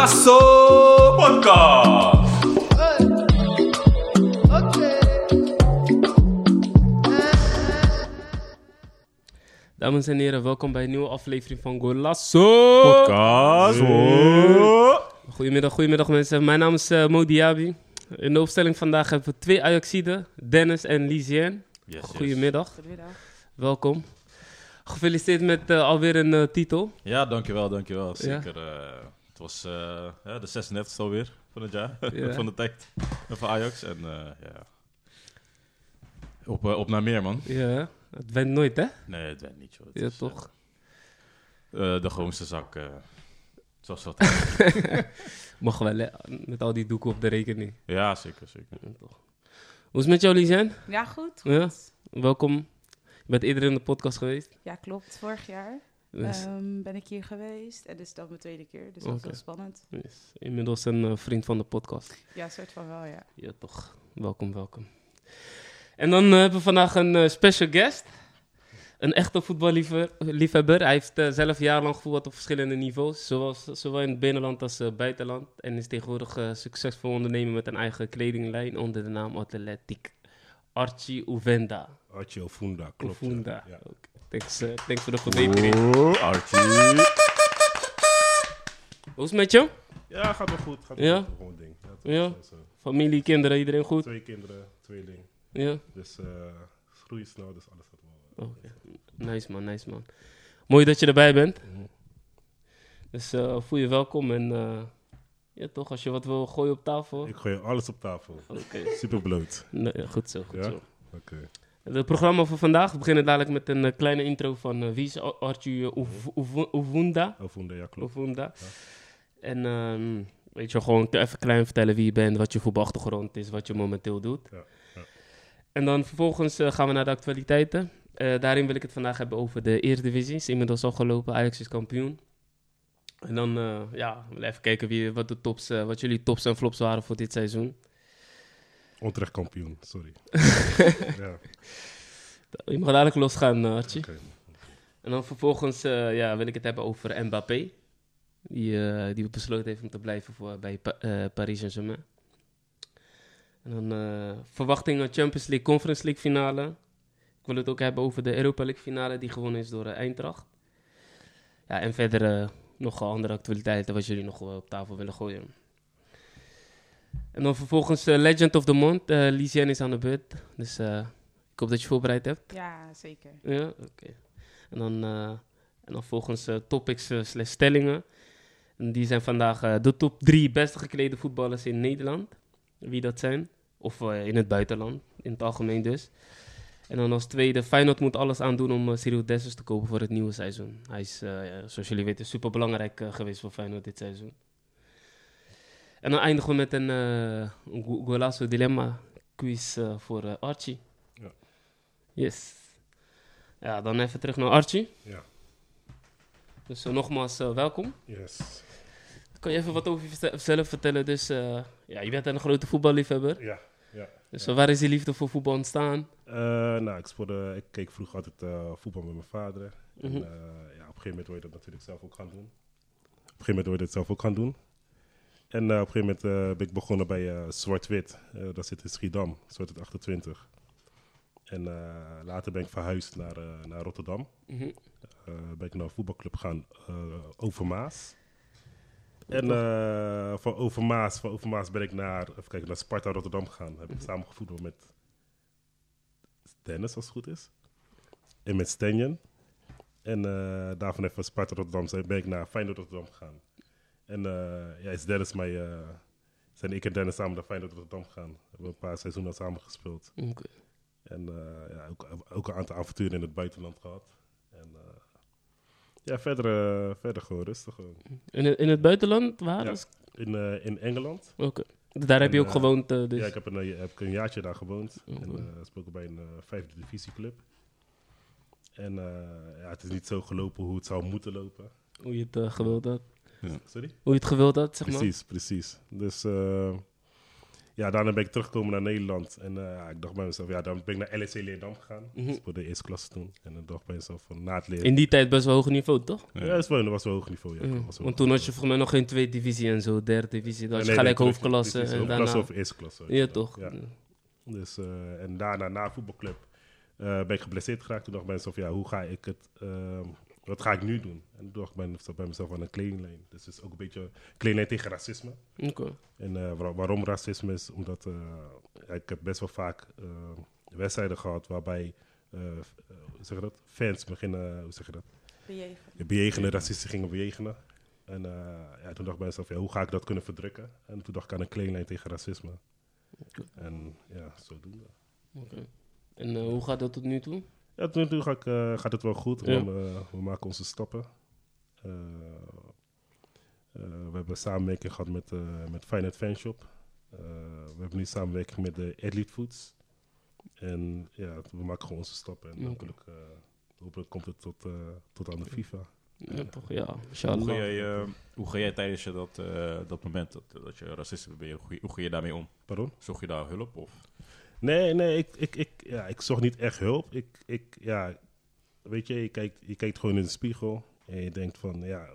Golasso Podcast. Dames en heren, welkom bij een nieuwe aflevering van Golasso Podcast. Goedemiddag mensen. Mijn naam is Mo Diaby. In de opstelling vandaag hebben we 2 Ajaxiden, Dennis en Lisien. Yes. Goedemiddag. Goedemiddag. Welkom. Gefeliciteerd met alweer een titel. Ja, dankjewel. Zeker. Het was de 36e alweer van het jaar, Ja. van de tijd van Ajax. En ja, op naar meer, man. Ja, het went nooit, hè? Nee, het went niet, joh. Het Ja, is, toch? de gewoonste zak, zoals dat. Mag wel, hè? Met al die doeken op de rekening. Ja, zeker. Ja, toch. Hoe is het met jou, Lisien? Ja, goed. Ja. Welkom. Je bent eerder in de podcast geweest. Ja, klopt. Vorig jaar Dus, ben ik hier geweest. En dit is dan mijn tweede keer, dus dat was Oké. wel spannend. is inmiddels een vriend van de podcast. Ja, soort van wel, ja. Ja, toch. Welkom. En dan hebben we vandaag een special guest. Een echte voetballiefhebber. Hij heeft zelf jarenlang gevoetbald op verschillende niveaus. Zowel in het binnenland als buitenland. En is tegenwoordig succesvol ondernemer met een eigen kledinglijn onder de naam Athletic. Archie Uvenda. Archie Ofunda, klopt. Uvunda. Ja. Okay. Thanks voor de verbetering. Archie. Hoe is het met jou? Ja, gaat wel goed. Ja? Goed, gewoon een ding. Ja, het Ja? is, Familie, kinderen, iedereen goed? 2 kinderen, tweeling. Ja? Dus groeit snel, dus alles gaat wel. Oké. Nice man. Mooi dat je erbij bent. Mhm. Dus voel je welkom en ja toch, als je wat wil gooien op tafel. Ik gooi alles op tafel. Oké. Super bloot. Nee, goed zo. Ja? Oké. Het programma voor vandaag, we beginnen dadelijk met een kleine intro van wie is Archie Uvunda. Ofunda, ja, klopt. Uvunda. Ja. En weet je, gewoon even klein vertellen wie je bent, wat je voetbalachtergrond is, wat je momenteel doet. Ja. En dan vervolgens gaan we naar de actualiteiten. Daarin wil ik het vandaag hebben over de Eredivisie. Is inmiddels al gelopen, Ajax is kampioen. En dan ja, we even kijken wat jullie tops en flops waren voor dit seizoen. Onterecht kampioen, sorry. Ja, Je mag dadelijk losgaan, Archie. oké. En dan vervolgens wil ik het hebben over Mbappé. Die besloten heeft om te blijven bij Paris Saint-Germain. En dan verwachtingen Champions League, Conference League finale. Ik wil het ook hebben over de Europa League finale die gewonnen is door Eintracht. Ja, en verder nog andere actualiteiten wat jullie nog op tafel willen gooien. En dan vervolgens Legend of the Month. Lisien is aan de beurt. Dus ik hoop dat je voorbereid hebt. Ja, zeker. Ja, oké. En dan volgens topics / stellingen. En die zijn vandaag de top 3 beste geklede voetballers in Nederland. Wie dat zijn. Of in het buitenland, in het algemeen dus. En dan als tweede, Feyenoord moet alles aan doen om Cyril Dessers te kopen voor het nieuwe seizoen. Hij is, zoals jullie weten, super belangrijk geweest voor Feyenoord dit seizoen. En dan eindigen we met een Golasso Dilemma quiz voor Archie. Ja. Yes. Ja, dan even terug naar Archie. Ja. Dus nogmaals welkom. Yes. Kan je even wat over jezelf vertellen? Dus ja, je bent een grote voetballiefhebber. Ja. Dus waar is die liefde voor voetbal ontstaan? Nou, ik keek vroeger altijd voetbal met mijn vader. En Mhm. ja, op een gegeven moment wil je dat natuurlijk zelf ook gaan doen. En op een gegeven moment ben ik begonnen bij Zwart-Wit. Dat zit in Schiedam, Zwart-Wit 28. En later ben ik verhuisd naar Rotterdam. Mhm. Ben ik naar een voetbalclub gaan, Overmaas. En van Overmaas ben ik naar Sparta Rotterdam gegaan. Heb ik samen gevoetbald met Dennis, als het goed is. En met Stenjen. En daarvan even Sparta Rotterdam ben ik naar Feyenoord Rotterdam gegaan. En is Dennis zijn ik en Dennis samen naar Feyenoord Rotterdam gegaan. We hebben een paar seizoenen samen gespeeld. Okay. En ook een aantal avonturen in het buitenland gehad. En verder gewoon rustig. Gewoon. In het buitenland? Waar? Ja, in Engeland. Oké. Daar heb je ook gewoond dus? Ja, ik heb een jaartje daar gewoond. Oh, En speelde bij een 5e divisieclub. En het is niet zo gelopen hoe het zou moeten lopen. Hoe je het gewild had? Ja. Sorry? Hoe je het gewild had, zeg maar? Precies. Dus ja, daarna ben ik teruggekomen naar Nederland. En ik dacht bij mezelf, ja, dan ben ik naar LSC Leerdam gegaan. Dus voor de eerste klasse toen. En dan dacht ik bij mezelf van na het leren. In die tijd best wel hoog niveau, toch? Ja, dat was wel hoog niveau. Ja. Was wel Want toen had je volgens mij nog geen tweede divisie en zo, derde divisie. Dan had je gelijk hoofdklasse. En hoofdklasse daarna... of eerste klasse. Ja, toch? Ja. Dus, en daarna, na voetbalclub, ben ik geblesseerd geraakt. Toen dacht ik bij mezelf, ja, hoe ga ik het... wat ga ik nu doen? En toen dacht ik bij mezelf aan een kledinglijn. Dus het is ook een beetje kledinglijn tegen racisme. Okay. En waarom racisme is? Omdat ik heb best wel vaak wedstrijden gehad waarbij hoe zeg je dat? Fans beginnen, hoe zeg je dat? Bejegenen, racisten gingen bejegenen. En toen dacht ik bij mezelf, ja, hoe ga ik dat kunnen verdrukken? En toen dacht ik aan een kledinglijn tegen racisme. Okay. En ja, zodoende. Okay. En hoe gaat dat tot nu toe? Ja, tot nu toe gaat het wel goed. Ja. We maken onze stappen. We hebben samenwerking gehad met Feyenoord Fanshop. We hebben nu samenwerking met de Elite Foods. En ja, we maken gewoon onze stappen. En hopelijk komt het tot aan de FIFA. Ja, toch, ja. Inshallah. Hoe ga jij tijdens dat moment dat je racist bent, hoe ga je daarmee om? Pardon? Zocht je daar hulp? Of? Nee, ik zocht niet echt hulp. Weet je, je kijkt gewoon in de spiegel en je denkt van, ja,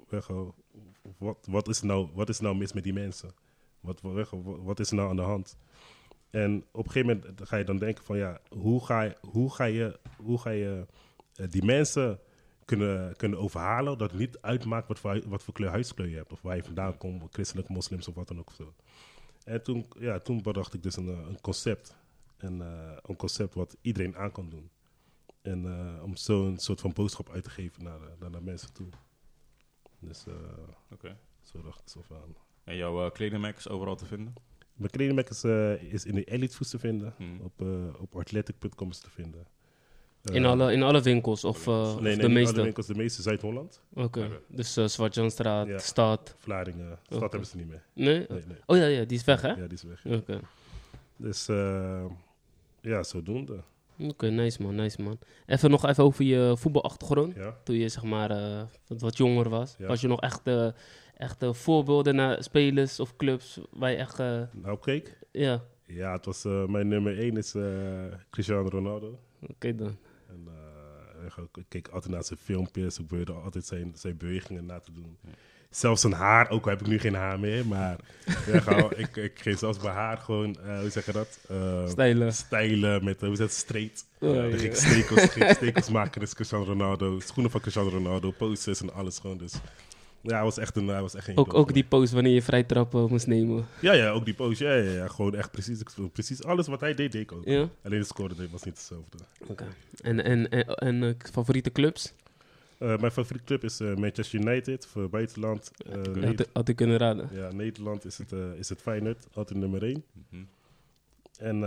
wat is nou mis met die mensen? Wat is er nou aan de hand? En op een gegeven moment ga je dan denken van, ja, hoe ga je die mensen kunnen overhalen dat het niet uitmaakt wat voor kleur huidskleur je hebt, of waar je vandaan komt, christelijk, moslims of wat dan ook. Zo. En toen bedacht ik dus een concept. Een concept wat iedereen aan kan doen. En om zo een soort van boodschap uit te geven naar mensen toe. Dus zo dacht ik zo van. En jouw kledingmerk is overal te vinden? Mijn kledingmerk is in de Elite Foods te vinden. Op athletic.com is te vinden. In alle winkels? Of nee, de meeste? in alle winkels. De meeste Zuid-Holland. Oké. Dus Zwart-Janstraat, Stad. Vlaardingen. Stad hebben ze niet meer. Nee? Nee. Oh ja, die is weg, hè? Ja, die is weg. Oké. Dus ja, zodoende. Oké, nice man. Even over je voetbalachtergrond. Ja. Toen je zeg maar wat jonger was. Ja. Was je nog echt voorbeelden naar spelers of clubs waar je echt... Nou, keek? Ja. Ja, het was mijn nummer 1 is Cristiano Ronaldo. Oké dan. En ik keek altijd naar zijn filmpjes. Ik probeerde altijd zijn bewegingen na te doen. Ja. Zelfs zijn haar, ook al heb ik nu geen haar meer, maar ik ging zelfs mijn haar gewoon, hoe zeg je dat? Stijlen met, hoe is dat, straight. Dan ging ik stekels maken, dus Cristiano Ronaldo, schoenen van Cristiano Ronaldo, posters en alles gewoon. Dus ja, hij was echt een ook die pose wanneer je vrij trappen moest nemen. Ja, ook die pose, ja, gewoon echt precies alles wat hij deed ik ook. Ja? Alleen de score was niet hetzelfde. Oké. En favoriete clubs? Mijn favoriete club is Manchester United voor buitenland. Had ik kunnen raden. Ja, Nederland is het Feyenoord, altijd nummer 1. Mm-hmm. En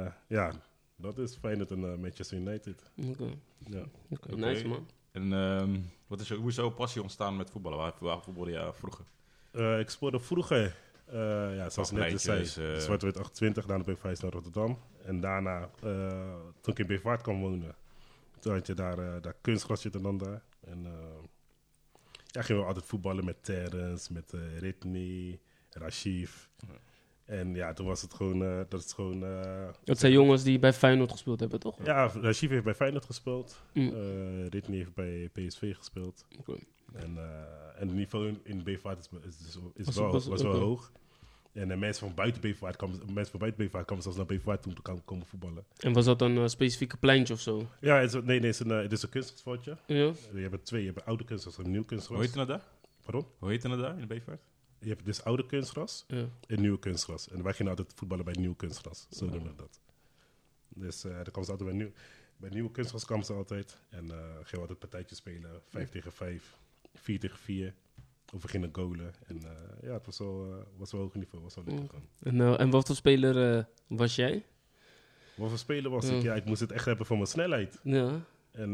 dat is Feyenoord en Manchester United. Oké. Ja. Okay. Nice man. En hoe is jouw passie ontstaan met voetballen? Waar voetbalde je vroeger? Ik speelde vroeger, zoals net zei, Zwart-Wit 28, daarna ben ik verhuisd naar Rotterdam. En daarna, toen ik in Bevaart kwam wonen, toen had je daar kunstgras zitten dan daar. En gingen we altijd voetballen met Terrence, met Ritney, Rashif. Ja. En ja, toen was het gewoon, dat zijn jongens die bij Feyenoord gespeeld hebben, toch? Ja, Rashif heeft bij Feyenoord gespeeld. Ritney heeft bij PSV gespeeld. Okay. En het niveau in Bevaart was wel hoog. En mensen van buiten Bevaart kwamen zelfs naar Bevaart toen te komen voetballen. En was dat een specifieke pleintje of zo? Ja, het is een kunstgrasveldje. Ja. Je hebt een oude kunstgras en een nieuw kunstgras. Hoe heet het daar? Pardon? Hoe heet het daar in de Bevaart? Je hebt dus oude kunstgras en nieuwe kunstgras. En wij gingen altijd voetballen bij nieuw kunstgras. Zo noemen we dat. Dus daar kwamen ze altijd bij nieuwe kunstgras kwamen ze altijd. En gingen we altijd partijtjes spelen. 5 tegen 5, 4 tegen 4. Of we gingen goalen. En het was wel hoog niveau. Was wel lekker. En wat voor speler was jij? Wat voor speler was ik? Ja, ik moest het echt hebben voor mijn snelheid. Ja. En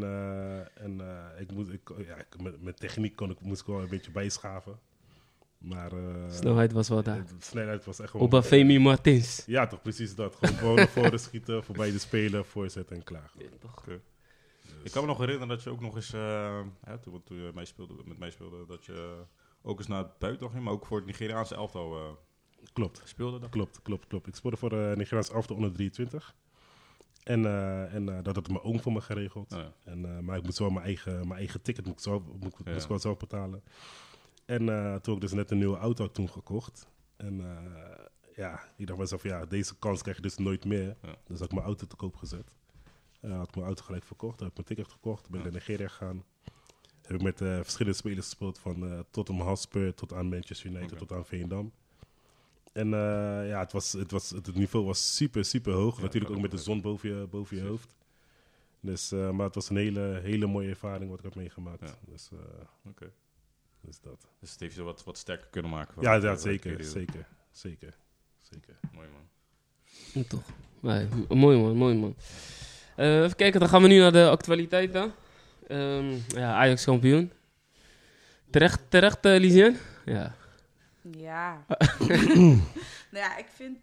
met techniek moest ik wel een beetje bijschaven. Maar snelheid was wel daar. Snelheid was echt gewoon... Obafemi Martins. Ja, toch, precies dat. Gewoon naar voren schieten, voorbij de speler, voorzetten en klaar. Ja, toch. Okay. Dus. Ik kan me nog herinneren dat je ook nog eens, toen je met mij speelde, dat je ook eens naar het buitenland ging, maar ook voor het Nigeriaanse elftal Klopt. Speelde dat? Klopt. Ik speelde voor de Nigeriaanse elftal onder 23. En dat had mijn oom voor me geregeld. Oh, ja. Maar ik moest wel mijn eigen ticket moest ik wel zelf betalen. En toen ik dus net een nieuwe auto had toen gekocht. En ik dacht mezelf, deze kans krijg je dus nooit meer. Ja. Dus had ik mijn auto te koop gezet. Had ik mijn auto gelijk verkocht. Heb ik mijn ticket gekocht. Ben ik naar Nigeria gegaan. Heb ik met verschillende spelers gespeeld. Van Tottenham Hotspur tot aan Manchester United tot aan Veendam. En het niveau was super, super hoog. Natuurlijk ook met de zon boven je hoofd. Dus, maar het was een hele mooie ervaring wat ik heb meegemaakt. Ja. Dus, Oké. dus dat. Dus het heeft je wat sterker kunnen maken. Ja, zeker. Mooi man. Ja, toch. Nee, mooi man. Even kijken, dan gaan we nu naar de actualiteiten. Ajax kampioen. Terecht Lisien? Ja. Ja. Nou ja, ik vind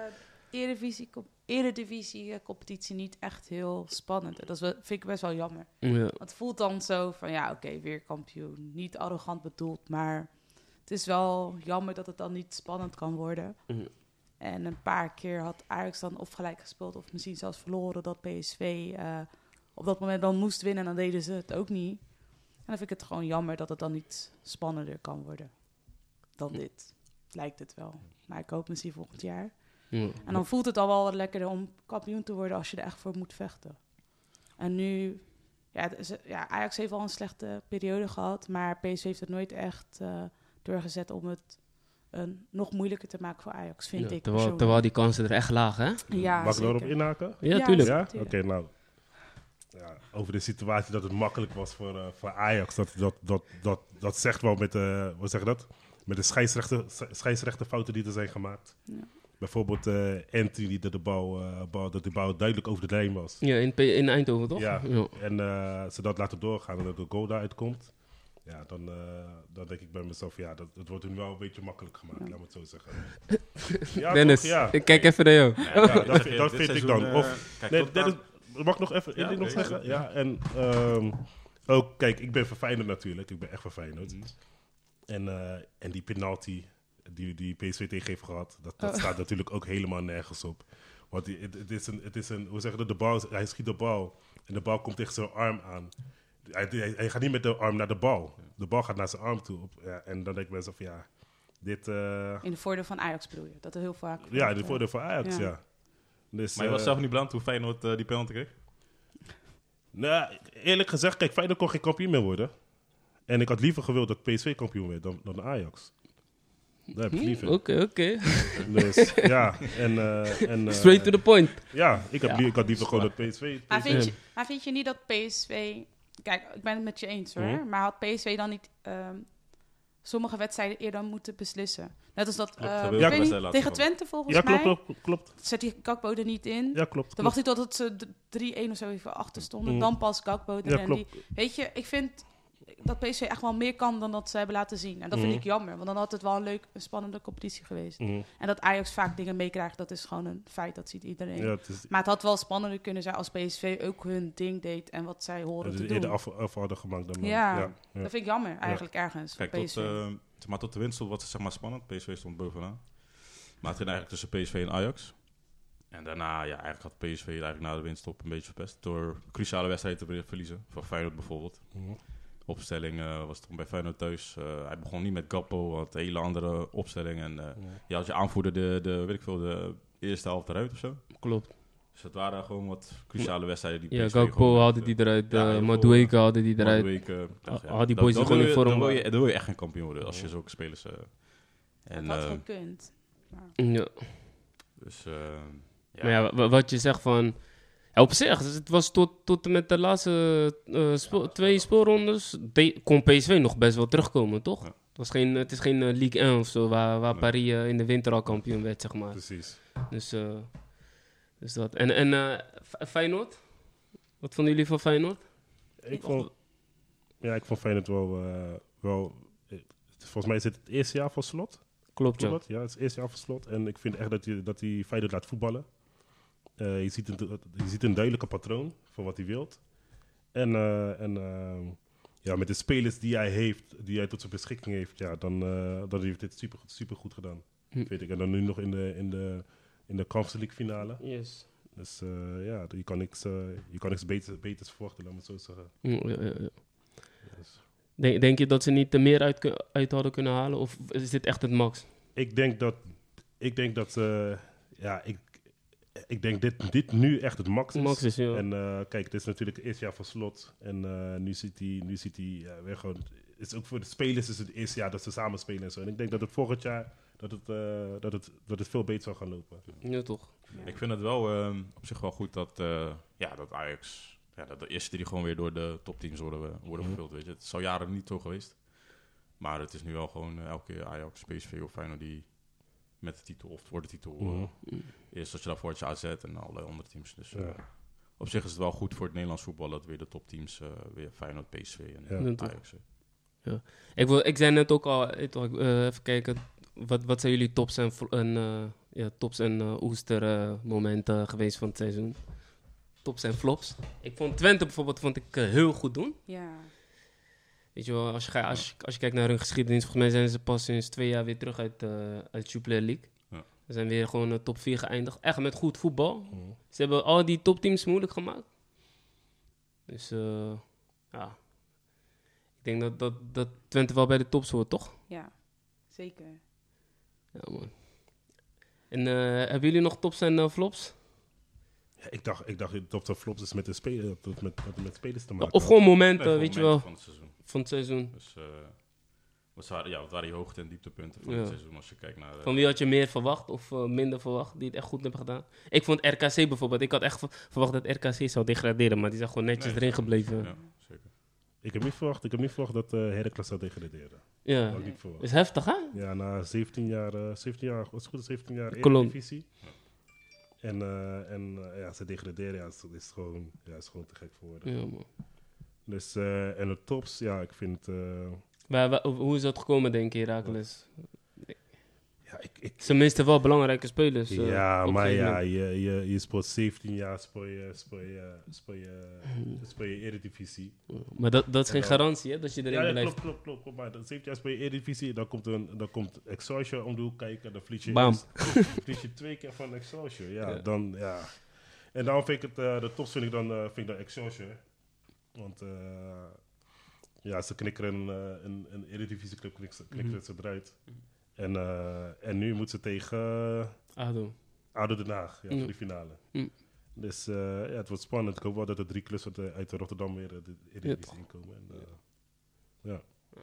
Eredivisie-competitie niet echt heel spannend. Vind ik best wel jammer. Ja. Het voelt dan zo van, oké, weer kampioen. Niet arrogant bedoeld, maar het is wel jammer dat het dan niet spannend kan worden. Ja. En een paar keer had Ajax dan of gelijk gespeeld of misschien zelfs verloren dat PSV op dat moment dan moest winnen en dan deden ze het ook niet. En dan vind ik het gewoon jammer dat het dan niet spannender kan worden dan dit. Lijkt het wel. Maar ik hoop misschien volgend jaar. Ja. En dan voelt het al wel wat lekkerder om kampioen te worden als je er echt voor moet vechten. En nu, Ajax heeft al een slechte periode gehad, maar PSV heeft het nooit echt doorgezet om het nog moeilijker te maken voor Ajax, vind ik. Terwijl die kansen er echt laag, hè? Ja, Mag ik daarop inhaken? Ja, tuurlijk. Ja? Oké, nou. Ja, over de situatie dat het makkelijk was voor Ajax. Dat zegt wel met de, hoe zeg je dat? Met de scheidsrechterfouten die er zijn gemaakt. Ja. Bijvoorbeeld Anthony dat de bal duidelijk over de lijn was. Ja, in Eindhoven, toch? Ja. En ze dat laten doorgaan en dat de goal daaruit komt. Ja, dan denk ik bij mezelf, het wordt hun wel een beetje makkelijk gemaakt, laat me het zo zeggen. Ja, Dennis, toch? Ja. ik kijk even naar jou. Ja, dat vind ik dan. Dennis, mag ik nog even één ding nog zeggen? Zeker. Ja, en ook, kijk, ik ben voor Feyenoord natuurlijk. Ik ben echt voor Feyenoord. En die penalty die PSV tegen heeft gehad, dat staat natuurlijk ook helemaal nergens op. Want het is een, hoe zeg je dat, de bal, hij schiet de bal en de bal komt tegen zijn arm aan. Hij gaat niet met de arm naar de bal. De bal gaat naar zijn arm toe. En dan denk ik mezelf, dit... In de voordeel van Ajax bedoel je? Dat er heel vaak... Ja, in de voordeel van Ajax, ja. Dus, Maar je was zelf niet blij toen Feyenoord die penalty kreeg? Nou, eerlijk gezegd, kijk, Feyenoord kon geen kampioen meer worden. En ik had liever gewild dat PSV kampioen werd dan Ajax. Daar heb ik liever. Oké. Dus, Straight to the point. Ja, ik had liever gewoon dat PSV... Maar vind je niet dat PSV... Kijk, ik ben het met je eens hoor. Mhm. Maar had PSV dan niet sommige wedstrijden eerder moeten beslissen? Net als dat tegen Twente volgens mij. Ja, klopt. Zet die Gakpo er niet in. Ja, klopt. Dan wacht hij tot ze 3-1 of zo even achter stonden. Mhm. Dan pas Gakpo er. Ja, en klopt. weet je, ik vind dat PSV echt wel meer kan dan dat ze hebben laten zien. En dat vind ik jammer. Want dan had het wel een spannende competitie geweest. Mhm. En dat Ajax vaak dingen meekrijgt, dat is gewoon een feit. Dat ziet iedereen. Ja, Maar het had wel spannender kunnen zijn als PSV ook hun ding deed en wat zij horen te doen. eerder af hadden gemaakt dan... Ja, dat vind ik jammer eigenlijk ergens. Kijk, tot de winst was het zeg maar spannend. PSV stond bovenaan. Maar het ging eigenlijk tussen PSV en Ajax. En daarna, eigenlijk had PSV eigenlijk na de winststop een beetje verpest. Door cruciale wedstrijden te verliezen. Voor Feyenoord bijvoorbeeld. Mhm. Opstelling was toch bij Feyenoord thuis. Hij begon niet met Gakpo, had een hele andere opstelling. En je had je aanvoerder de eerste helft eruit of zo. Klopt. Dus het waren gewoon wat cruciale wedstrijden. Die Ja, PSV Gakpo hadden die eruit. Madueke hadden die eruit. Al die boys die gewoon in vorm dan wil je echt geen kampioen worden als je zulke spelers... dat had gekund. Ja. Dus, Maar ja, wat je zegt van... Ja, op zich, het was tot en met de laatste 2 speelrondes... kon PSV nog best wel terugkomen, toch? Ja. Het is geen Ligue 1 of zo, waar Paris in de winter al kampioen werd, zeg maar. Precies. Dus dat. En Feyenoord? Wat vonden jullie van Feyenoord? Ik vond Feyenoord wel... Volgens mij is het eerste jaar van Slot. Klopt, ja. Ja, het is het eerste jaar van Slot. En ik vind echt dat hij Feyenoord laat voetballen. Je ziet een duidelijke patroon van wat hij wilt. En met de spelers die hij tot zijn beschikking heeft, dan heeft hij het super goed gedaan. Vind ik. En dan nu nog in de Conference League finale. Yes. Dus ja, je kan niks beters verwachten, laat me het zo zeggen. Ja. Dus. Denk je dat ze niet er meer uit hadden kunnen halen? Of is dit echt het max? Ik denk dat ik denk dit nu echt het max is. Max is, ja. En kijk, het is natuurlijk het eerste jaar van Slot. En nu zit hij weer gewoon... Het is ook voor de spelers is het eerste jaar dat ze samen spelen en zo. En ik denk dat het volgend jaar dat het veel beter zou gaan lopen. Ja, toch? Ja. Ik vind het wel op zich wel goed dat Ajax... Ja, dat de eerste drie gewoon weer door de topteams worden gevuld, weet je. Het is al jaren niet zo geweest. Maar het is nu wel gewoon elke keer Ajax, PSV of Feyenoord die met de titel of voor de titel... Eerst dat je daarvoor had je AZ en allerlei andere teams. Dus op zich is het wel goed voor het Nederlands voetbal dat weer de topteams, weer Feyenoord, PSV en Ajax. Ja. Ik zei net ook al, even kijken, wat zijn jullie tops en oestermomenten geweest van het seizoen? Tops en flops. Ik vond Twente bijvoorbeeld heel goed doen. Ja. Weet je wel, als je kijkt naar hun geschiedenis, volgens mij zijn ze pas sinds 2 jaar weer terug uit Jupiler League. Ja. Ze zijn weer gewoon top 4 geëindigd. Echt met goed voetbal. Ze hebben al die topteams moeilijk gemaakt. Dus ja, ik denk dat Twente wel bij de tops hoort, toch? Ja, zeker. Ja, man. En hebben jullie nog tops en flops? Ja, ik dacht dat het flops is met de met spelers te maken. Of gewoon momenten, Nee, weet je momenten wel, van het seizoen. van het seizoen. Dus wat waren je hoogte- en dieptepunten van Ja. het seizoen als je kijkt naar... Van wie had je meer verwacht of minder verwacht die het echt goed hebben gedaan? Ik vond RKC bijvoorbeeld. Ik had echt verwacht dat RKC zou degraderen, maar die zijn gewoon netjes erin gebleven. Ja, zeker. Ik heb niet verwacht dat Heracles zou degraderen. Ja, Dat had ik niet verwacht. is heftig, hè? Ja, na 17 jaar, wat is het goed, 17 jaar Kolom. Eredivisie. En ze degraderen, het is gewoon te gek voor woorden. Ja, man. Dus, en de tops, ja, ik vind... Hoe is dat gekomen, denk je, Heracles? ja, Ze misten wel belangrijke spelers. ja, op een maar gegeven ja, moment. je speelt 17 jaar, speel je Eredivisie. Maar dat is geen Ja. garantie, hè, dat je erin Ja, blijft. klopt. Maar 17 jaar speel je Eredivisie, dan komt Excelsior om de hoek kijken, dan verlies je, Bam. verlies je 2 keer van Excelsior. Ja. Ja. En daarom vind ik het, de tops vind ik dan Excelsior. Want ze knikkeren een Eredivisie-club knikkeren ze eruit. En nu moet ze tegen ADO Den Haag, voor die finale. Mm. Dus het wordt spannend. Ik hoop wel dat er 3 klussen uit Rotterdam weer de Eredivisie inkomen. Ja.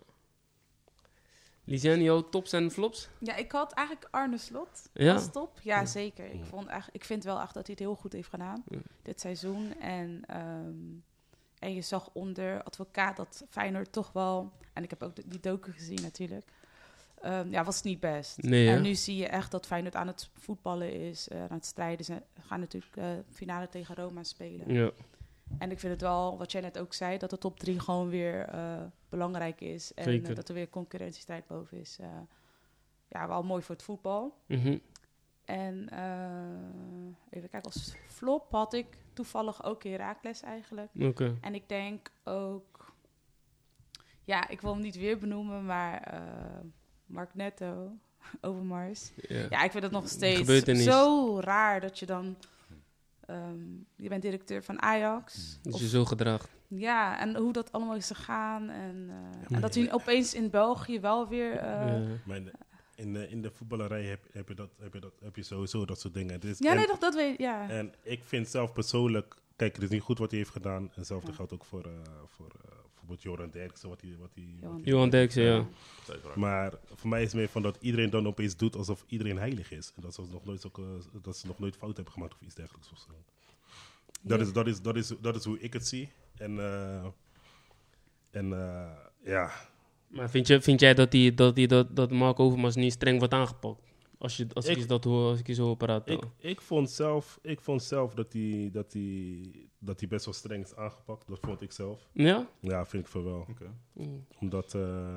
Lisanne, jouw tops en flops? Ja, ik had eigenlijk Arne Slot Ja? als top. Ja, zeker. Ik vind wel echt dat hij het heel goed heeft gedaan dit seizoen. En je zag onder Advocaat dat Feyenoord toch wel... En ik heb ook die docu gezien natuurlijk. Was niet best. Nee, hè? En nu zie je echt dat Feyenoord aan het voetballen is, aan het strijden. Ze gaan natuurlijk finale tegen Roma spelen. Ja. En ik vind het wel, wat jij net ook zei, dat de top 3 gewoon weer belangrijk is. En Zeker. dat er weer concurrentiestijd boven is. Wel mooi voor het voetbal. Mhm. En even kijken, als flop had ik toevallig ook Heracles eigenlijk. Oké. En ik denk ook... Ja, ik wil hem niet weer benoemen, maar Mark Netto, Overmars. Ja. Ja, ik vind het nog steeds Gebeurtenis. zo raar dat je dan... je bent directeur van Ajax. Dat je zo gedraagt. Ja, en hoe dat allemaal is gegaan. En dat hij opeens in België wel weer... Maar in de voetballerij heb je sowieso dat soort dingen. dat weet ik. Ja. En ik vind zelf persoonlijk... Kijk, het is niet goed wat hij heeft gedaan. En hetzelfde geldt ook voor bijvoorbeeld Joran Derksen. Johan Derksen, ja. Maar voor mij is het meer van dat iedereen dan opeens doet alsof iedereen heilig is. En dat ze nog nooit fout hebben gemaakt of iets dergelijks. Of zo. Dat is hoe ik het zie. Maar vind jij dat Mark Overmars niet streng wordt aangepakt? Als ik je zo hoor praten. Ik vond zelf dat hij best wel streng is aangepakt. Dat vond ik zelf. Ja? Ja, vind ik veel wel. Okay. Omdat...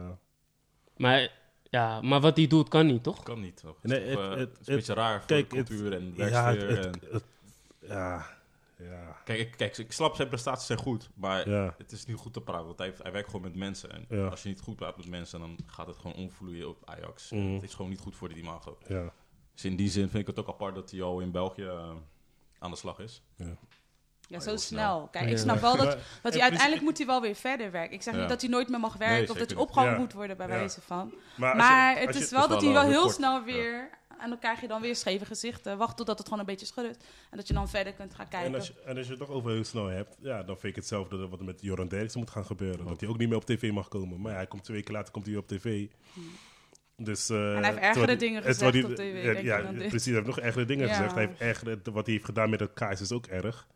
Maar wat hij doet kan niet, toch? Kan niet, toch? Nee, Het is een beetje raar voor kijk, de cultuur en ja, werksfeer. Ja. Kijk, ik snap zijn prestaties zijn goed, maar Ja. het is niet goed te praten, want hij werkt gewoon met mensen. En Ja. als je niet goed praat met mensen, dan gaat het gewoon omvloeien op Ajax. Mhm. Het is gewoon niet goed voor die imago. Ja. Dus in die zin vind ik het ook apart dat hij al in België aan de slag is. Ja, heel zo snel. snel. Kijk, Ja. ik snap wel dat Maar- hij en uiteindelijk moet hij wel weer verder werken. Ik zeg Ja. niet dat hij nooit meer mag werken Nee, of dat zeker hij niet. opgehangen Ja. moet worden bij Ja. wijze van. Maar, Maar als het je- is wel is dat wel hij wel heel kort. snel weer... En dan krijg je dan weer scheve gezichten. Wacht totdat het gewoon een beetje schuddt. En dat je dan verder kunt gaan kijken. En als je het toch over heel snel hebt, ja, dan vind ik hetzelfde wat er met Joran Derksen moet gaan gebeuren. Dat hij ook niet meer op tv mag komen. Maar ja, hij komt 2 weken later komt hij weer op tv. Dus, En hij heeft ergere dingen gezegd op tv, denk Ja, je dan dit. precies. Hij heeft nog ergere dingen Ja. gezegd. Hij heeft wat hij heeft gedaan met het kaars is ook erg.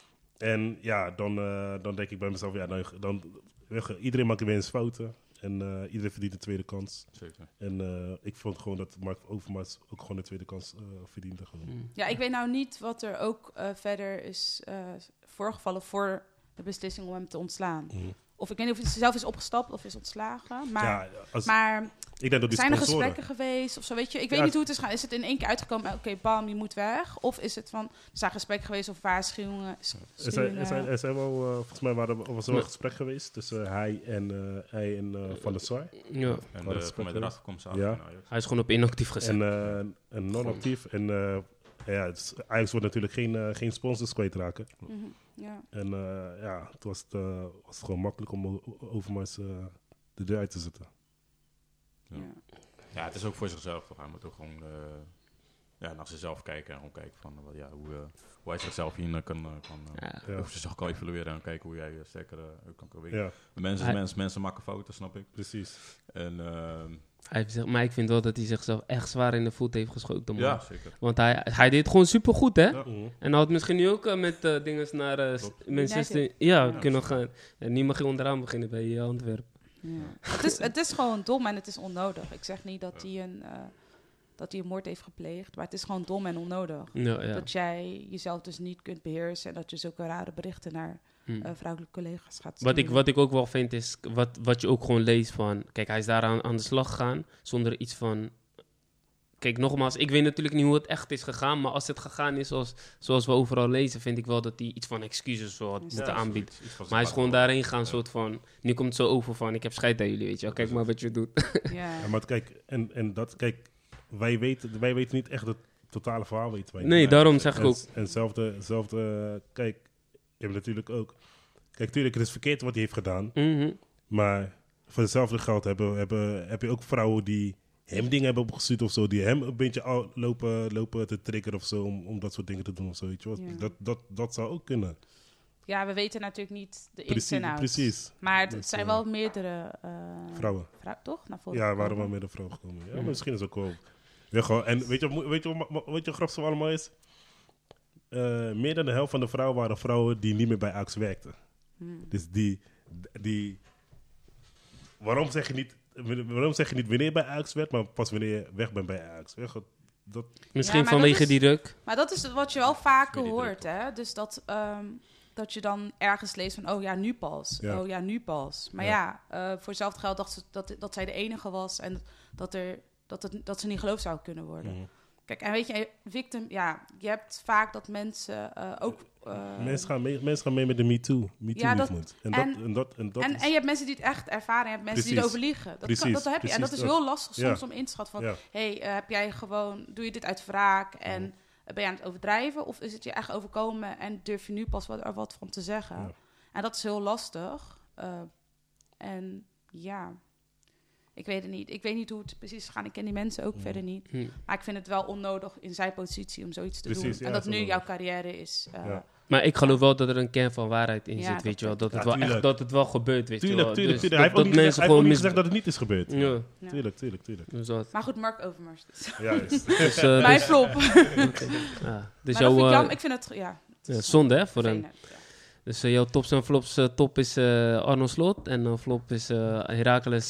En ja, dan denk ik bij mezelf, ja, iedereen maakt weer eens fouten. En iedereen verdient een tweede kans. Zeker. En ik vond gewoon dat Mark Overmars ook gewoon een tweede kans verdiende. Gewoon. Ja, ik weet nou niet wat er ook verder is voorgevallen voor de beslissing om hem te ontslaan. Mhm. Of ik weet niet of hij zelf is opgestapt of is ontslagen. Maar, Ja, maar ik denk dat die zijn er sponsoren... gesprekken geweest of zo? Weet je, ik weet Ja, niet hoe het is gaan. Is het in één keer uitgekomen, oké, bam, je moet weg? Of is het van, er zijn gesprekken geweest of waarschuwingen? Er zijn wel, volgens mij was er wel een gesprek geweest tussen hij en Van der Sar. Ja. En dat is voor mij de goed, raad komt samen. Ja. in Ajax. Hij is gewoon op inactief gezet. En non-actief. En ja, dus Ajax wordt natuurlijk geen sponsors kwijtraken. Mhm, ja. En ja, toen was het gewoon makkelijk om Overmars de deur uit te zetten. Ja. Ja. Ja, het is ook voor zichzelf toch. Hij moet ook gewoon naar zichzelf kijken en gewoon kijken van hoe hij zichzelf hier kan Ja. of zichzelf kan evalueren en kijken hoe jij sterker kan werken. Ja, Mensen maken fouten, snap ik. precies. En Maar ik vind wel dat hij zichzelf echt zwaar in de voet heeft geschoten, man. ja, zeker. Want hij deed gewoon supergoed, hè? Ja. Mhm. En hij had misschien nu ook met dingen naar Klopt. Manchester United. ja, Ja. kunnen gaan. En nu mag je onderaan beginnen bij Antwerpen. Ja. Het is gewoon dom en het is onnodig. Ik zeg niet dat hij een moord heeft gepleegd, maar het is gewoon dom en onnodig. Ja. Dat jij jezelf dus niet kunt beheersen en dat je zulke rare berichten naar vrouwelijke collega's gaat sturen. Wat ik ook wel vind is, wat je ook gewoon leest van... Kijk, hij is daar aan de slag gegaan zonder iets van... Kijk, nogmaals, ik weet natuurlijk niet hoe het echt is gegaan... maar als het gegaan is zoals we overal lezen... vind ik wel dat hij iets van excuses zo had Ja, moeten aanbieden. Iets van Maar hij is zijn gewoon pad. daarheen gaan, soort van... Nu komt het zo over van, ik heb scheid aan jullie, weet je wel. Kijk maar wat je doet. Ja. Ja, maar kijk, wij weten niet echt het totale verhaal. Weten wij niet. Nee, daarom zeg ik En- ook... En hetzelfde, kijk, je hebt natuurlijk ook... Kijk, tuurlijk, het is verkeerd wat hij heeft gedaan. Mhm. Maar voor hetzelfde geld heb je ook vrouwen die hem dingen hebben opgestuurd of zo. Die hem een beetje lopen te triggeren of zo. Om dat soort dingen te doen of zo. Weet je wel. Ja. Dat zou ook kunnen. Ja, we weten natuurlijk niet de ins en outs. Precies. Maar het Dus, zijn wel meerdere Vrouwen. toch? Naar voren Ja, er waren gekomen. wel meer de vrouwen gekomen. Ja, maar misschien is het ook wel... Ja, gewoon, en weet je wat grappig van allemaal is? Meer dan de helft van de vrouwen waren vrouwen die niet meer bij Ajax werkten. Dus die... Waarom zeg je niet wanneer je bij Ajax werd, maar pas wanneer je weg bent bij Ajax? Weet je, dat, Misschien Ja, maar vanwege dat is- die druk. Maar dat is wat je wel vaker Die hoort, druk. hè? Dus dat je dan ergens leest van, oh ja, nu pas. Ja. Oh ja, nu pas. Maar Ja. voor hetzelfde geld dacht ze dat zij de enige was en dat ze niet geloofd zou kunnen worden. Mhm. Kijk, en weet je, victim, ja, je hebt vaak dat mensen ook... Mensen gaan mee met de MeToo Ja, dat- movement. En je hebt mensen die het echt ervaren en je hebt mensen die Precies. erover liegen. Precies, Dat heb je. En dat is precies heel lastig soms Ja. om in te schatten van... Ja. heb jij gewoon... Doe je dit uit wraak en ben je aan het overdrijven? Of is het je echt overkomen en durf je nu pas er wat van te zeggen? Ja. En dat is heel lastig. En ja... Ik weet het niet. Ik weet niet hoe het precies is gegaan. Ik ken die mensen ook verder niet. Maar ik vind het wel onnodig in zijn positie om zoiets te Precies, doen. ja, En dat dat is nu wel jouw carrière is... Ja. Maar ik geloof wel dat er een kern van waarheid in Ja, zit, weet je wel. dat- Dat het Ja, wel echt, tuurlijk. dat het wel gebeurt, weet je wel. Tuurlijk. Dus Hij heeft ook niet gezegd- hij heeft ook niet gezegd dat het niet is gebeurd. Ja, Ja. Tuurlijk. dus dat. Maar goed, Mark Overmars. Dus. Juist. Dus, Mijn flop. ja. Dus Maar dat jouw, vind ik jammer. Ik vind het... Ja, het ja, is zonde, hè, voor hem. vervelend, ja. Dus jouw tops en flops, top is Arno Slot en flop is Heracles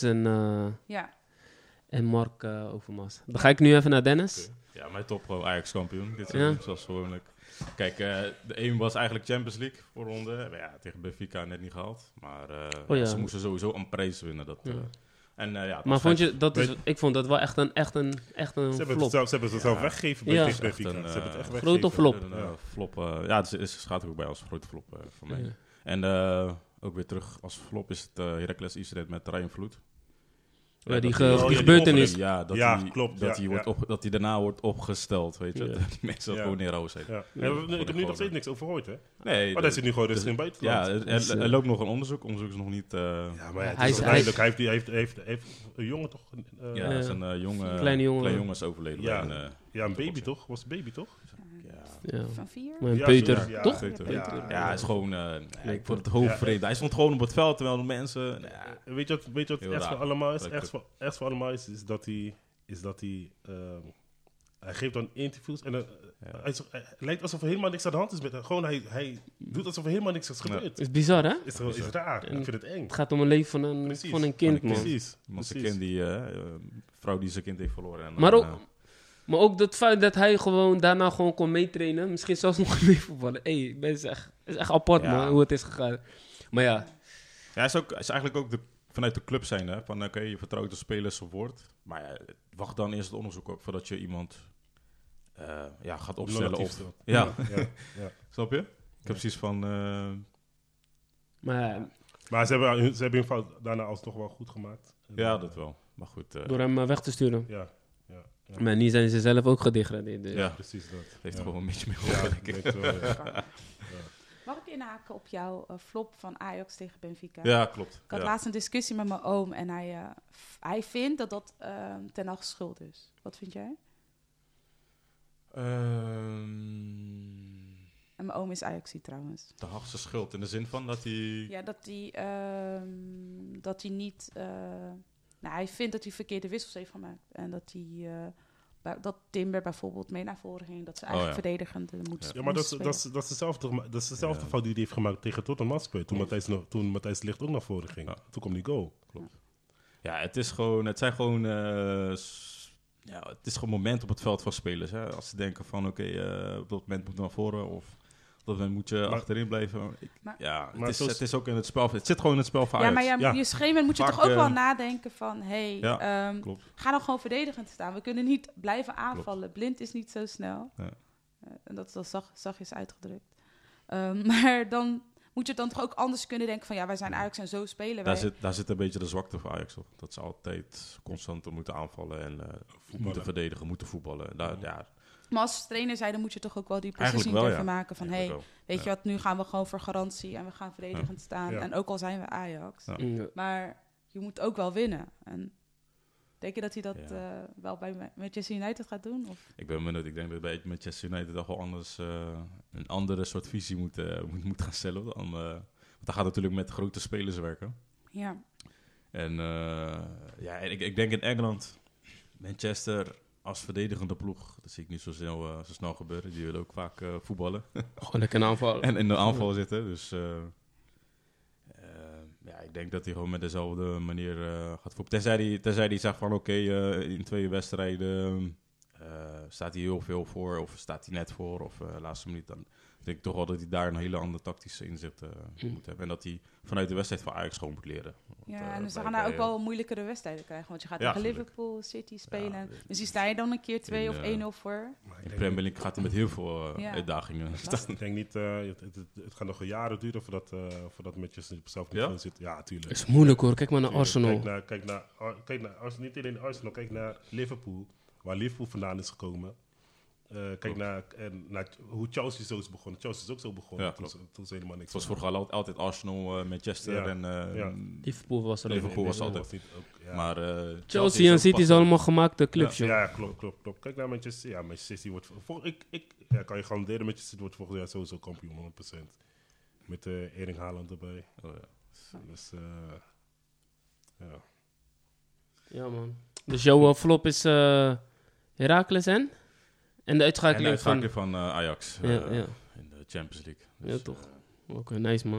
en Mark Overmars. Dan ga ik nu even naar Dennis. Ja, mijn top gewoon Ajax kampioen dit Ja. seizoen, zoals gewoonlijk. Kijk, de een was eigenlijk Champions League voor ronde. Maar ja, tegen Benfica net niet gehaald. Maar Oh ja. ze moesten sowieso een prijs winnen. Dat Ja. En, Maar vond je, ik vond dat wel echt een Ze flop. hebben het zelf weggegeven bij Ja. tegen Echt Benfica. een, Ze hebben het echt weggegeven. grote flop. Een flop. Ja, het gaat ook bij als grote flop voor mij. Ja. En ook weer terug als flop is het Heracles Israël met Ryan Vloed. Ja, die die gebeurtenis. Ja, dat Ja, hij, klopt, Dat, ja, hij ja. dat hij daarna wordt opgesteld, weet je. Ja. Dat die mensen Ja. gewoon neerhouden zijn. Ja. Ja. Ik heb nu nog steeds niks over gehoord, hè? Nee, Maar hij zit nu gewoon dus in buitenland. ja, er loopt nog een onderzoek. Onderzoek is nog niet... Ja, maar het Hij is is- toch duidelijk. Hij heeft een jongen toch? ja, het is een jonge... Kleine jongen. is overleden. Ja. bij een, Ja, een baby toch? Was een baby toch? Ja. Van 4? Maar een Ja, Peuter, zoiets, ja. toch? Peuter. Ja. Ja, hij is gewoon... ik vond het Ja. hoogvreemd. Hij stond gewoon op het veld, terwijl de mensen... Weet je wat Heel echt voor raar. allemaal is? Leuk. Echt voor allemaal is dat hij... Hij geeft dan interviews en het lijkt alsof er helemaal niks aan de hand is met hem. Gewoon, hij doet alsof er helemaal niks is gebeurd. Het is bizar, hè? Is raar. En- Ik vind het eng. Het gaat om een leven van een Precies. kind, Van een man. Precies. Iemand zijn kind die... vrouw die zijn kind heeft verloren. En Maar dan, ook, maar ook het feit dat hij gewoon daarna gewoon kon meetrainen. Misschien zelfs nog mee voetballen. Het is echt apart, Ja. man, hoe het is gegaan. Maar ja, Ja, hij is eigenlijk ook vanuit de club zijn, hè. Van oké, je vertrouwt de spelers op woord. Maar ja, wacht dan eerst het onderzoek op voordat je iemand gaat opstellen. Normatief Of, stelt. ja, Ja. snap je? Ik heb precies van... maar Maar ze hebben hun fout daarna alsnog wel goed gemaakt. En, ja, dat wel. Maar goed, door hem weg te sturen. Ja. Maar nu zijn ze zelf ook gedegradeerd. Dus. ja, Precies dat. heeft Ja. gewoon een beetje meer Ja, geholpen, ik denk ik. denk het wel, ja. Mag ik inhaken op jouw flop van Ajax tegen Benfica? Ja, klopt. Ik had Ja. laatst een discussie met mijn oom en hij vindt dat Ten Hag schuld is. Wat vind jij? En mijn oom is Ajaxie trouwens. De Hagse schuld in de zin van dat hij... Ja, dat hij niet... hij vindt dat hij verkeerde wissels heeft gemaakt. En dat hij... dat Timber bijvoorbeeld mee naar voren ging. Dat ze eigenlijk verdedigend moet Ja, maar dat spelen. is dezelfde Ja. fout die hij heeft gemaakt tegen Tottenham Hotspur. Toen Matthijs de Ligt ook naar voren ging. Ja. Toen kwam die goal. Ja, het is gewoon moment op het veld van spelers. Hè? Als ze denken van oké, op dat moment moet naar voren of op dat moment moet je achterin blijven. Het is ook in het spel. Het zit gewoon in het spel van Ja, Ajax. maar op een gegeven moment moet je Vaak, toch ook wel nadenken van... klopt. ga dan gewoon verdedigend staan. We kunnen niet blijven aanvallen. Blind is niet zo snel. Ja. En dat zachtjes uitgedrukt. Maar dan moet je dan toch ook anders kunnen denken van... wij zijn Ajax en zo spelen wij. Daar zit een beetje de zwakte van Ajax op. Dat ze altijd constant moeten aanvallen en moeten verdedigen, moeten voetballen. Maar als trainer zijn, dan moet je toch ook wel die Eigenlijk beslissing wel, durven ja. maken van... Eigenlijk wel. weet je wat, nu gaan we gewoon voor garantie en we gaan verdedigend staan. Ja. En ook al zijn we Ajax. Ja. Ja. Maar je moet ook wel winnen. En denk je dat hij dat wel bij Manchester United gaat doen? Of? Ik ben benieuwd. Ik denk dat bij Manchester United toch wel anders een andere soort visie moet gaan stellen. Want dan gaat natuurlijk met grote spelers werken. Ja. En ik denk in Engeland, Manchester als verdedigende ploeg, dat zie ik niet zo snel gebeuren. Die willen ook vaak voetballen Gewoon lekker een aanval. en in de aanval zitten. Dus ik denk dat hij gewoon met dezelfde manier gaat voetballen. Tenzij hij zegt van oké, in 2 wedstrijden staat hij heel veel voor of staat hij net voor of laatste minuut. Dan denk ik toch wel dat hij daar een hele andere tactische inzicht moet hebben. En dat hij vanuit de wedstrijd van Ajax gewoon moet leren. Ja, en ze gaan daar ook wel moeilijkere wedstrijden krijgen. Want je gaat tegen tuurlijk. Liverpool, City spelen. Ja, Misschien sta je dan een keer 2 of 1-0 voor. In de Premier League gaat hij met heel veel uitdagingen. Ik denk niet, het gaat nog jaren duren voordat Manchester zelf niet gewoon zit. Ja, tuurlijk. Het is moeilijk hoor, kijk maar naar Arsenal. Kijk naar Arsenal, niet alleen Arsenal, kijk naar Liverpool, waar Liverpool vandaan is gekomen. Kijk naar hoe Chelsea zo is begonnen. Chelsea is ook zo begonnen. Ja, toen ze helemaal niks. Het was vroeger altijd Arsenal, Manchester en Liverpool was er ook. Liverpool was Nee, altijd. was niet ook, ja. Maar Chelsea en is City ook is allemaal gemaakte clubs, joh. Ja, klopt. Kijk naar Manchester. Ja, Manchester City wordt... kan je garanderen, Manchester City wordt volgend jaar sowieso kampioen, 100%. Met Erling Haaland erbij. Oh, ja. Dus, ja. Ja, man. Dus jouw flop is Heracles en? En de uitschakeling van Ajax Ja. in de Champions League. Dus, Ja, toch. Oké, nice, man.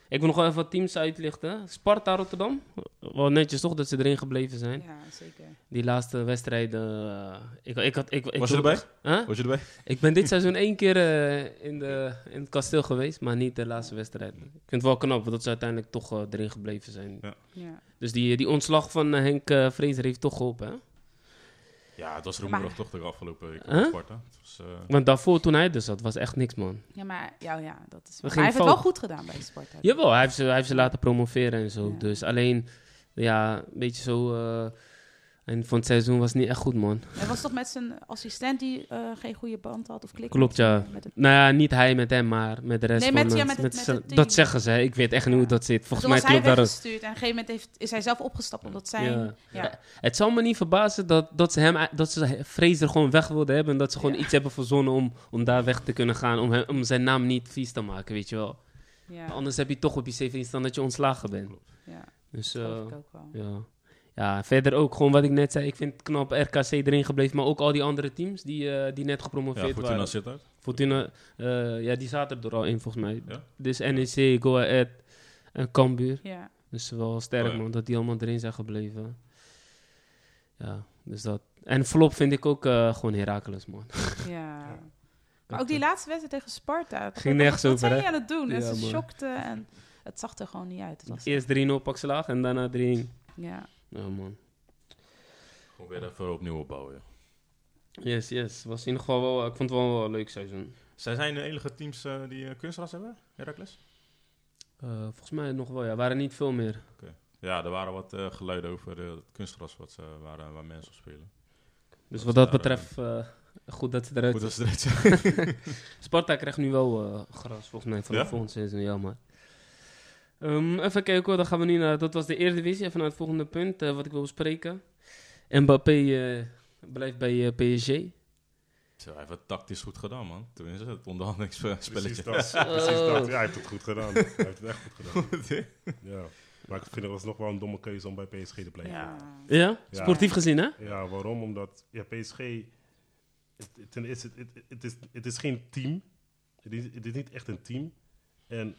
Ik wil nog wel even wat teams uitlichten. Sparta Rotterdam. Wel netjes toch dat ze erin gebleven zijn. Ja, zeker. Die laatste wedstrijden. Was je erbij? Huh? Was je erbij? Ik ben dit seizoen 1 keer in het kasteel geweest, maar niet de laatste wedstrijd. Ik vind het wel knap, dat ze uiteindelijk toch erin gebleven zijn. Ja. Ja. Dus die ontslag van Henk Vrezer heeft toch geholpen, hè? Ja, het was Maar- roemerig toch de afgelopen week. Huh? Sparta. Het was, Want daarvoor, toen hij er zat, was echt niks, man. Ja, maar ja, dat is... We Maar gingen hij heeft het fout. wel goed gedaan bij Sparta. Jawel, hij heeft ze laten promoveren en zo. Ja. Dus alleen, ja, een beetje zo... eind van het seizoen was het niet echt goed, man. Hij was toch met zijn assistent die geen goede band had of klik? Klopt, ja. Met het... Nou ja, niet hij met hem, maar met de rest Nee, van... met het team. dat zeggen ze, hè. Ik weet echt niet Ja. hoe dat zit. Volgens Toen mij was hij klopt daar... weggestuurd en op een gegeven moment is hij zelf opgestapt omdat zijn... Ja. Het zal me niet verbazen dat ze Fraser gewoon weg wilden hebben... en dat ze gewoon Ja. iets hebben verzonnen om daar weg te kunnen gaan... om zijn naam niet vies te maken, weet je wel. Ja, Anders heb je toch op je cv staan dat je ontslagen bent. ja, Dus dat geloof ik ook wel. ja. Ja, verder ook gewoon wat ik net zei. Ik vind het knap RKC erin gebleven... maar ook al die andere teams die net ja, gepromoveerd Fortuna waren. zit uit. Fortuna, ja, die zaten er al in volgens mij. Ja? Dus NEC, Go Ahead en Cambuur. Ja. Dus wel sterk, Oh ja. man, dat die allemaal erin zijn gebleven. Ja, dus dat. En flop vind ik ook gewoon Heracles, man. Ja. Maar ook die laatste wedstrijd tegen Sparta. Ging nergens wat over, zijn hè? die aan het doen? En Ja, ze man. shockten en het zag er gewoon niet uit. Het was, Eerst 3-0 pak ze laag en daarna 3-1. ja. Ja, man. Gewoon weer even opnieuw opbouwen. Ja. Yes. Was in ieder geval wel, ik vond het wel een leuk seizoen. Zij zijn de enige teams die kunstgras hebben, Heracles? Volgens mij nog wel, ja. Er waren niet veel meer. Ja, er waren wat geluiden over het kunstgras waar mensen op spelen. Dus Dat wat dat daar, betreft, goed dat ze eruit Goed dat ze eruit zijn. Sparta krijgt nu wel gras, volgens mij, van Ja? de volgende seizoen. Ja, maar. Even kijken hoor, dan gaan we nu naar... Dat was de Eredivisie, even naar het volgende punt wat ik wil bespreken. Mbappé blijft bij PSG. Zo, hij heeft het tactisch goed gedaan, man. Tenminste, het onderhandelingsspelletje. Precies dat. Ja, hij heeft het goed gedaan. Hij heeft het echt goed gedaan. Ja. Maar ik vind het alsnog wel een domme keuze om bij PSG te blijven. Ja. Ja? Sportief gezien, hè? Ja, waarom? Omdat PSG... Het is geen team. Het is niet echt een team. En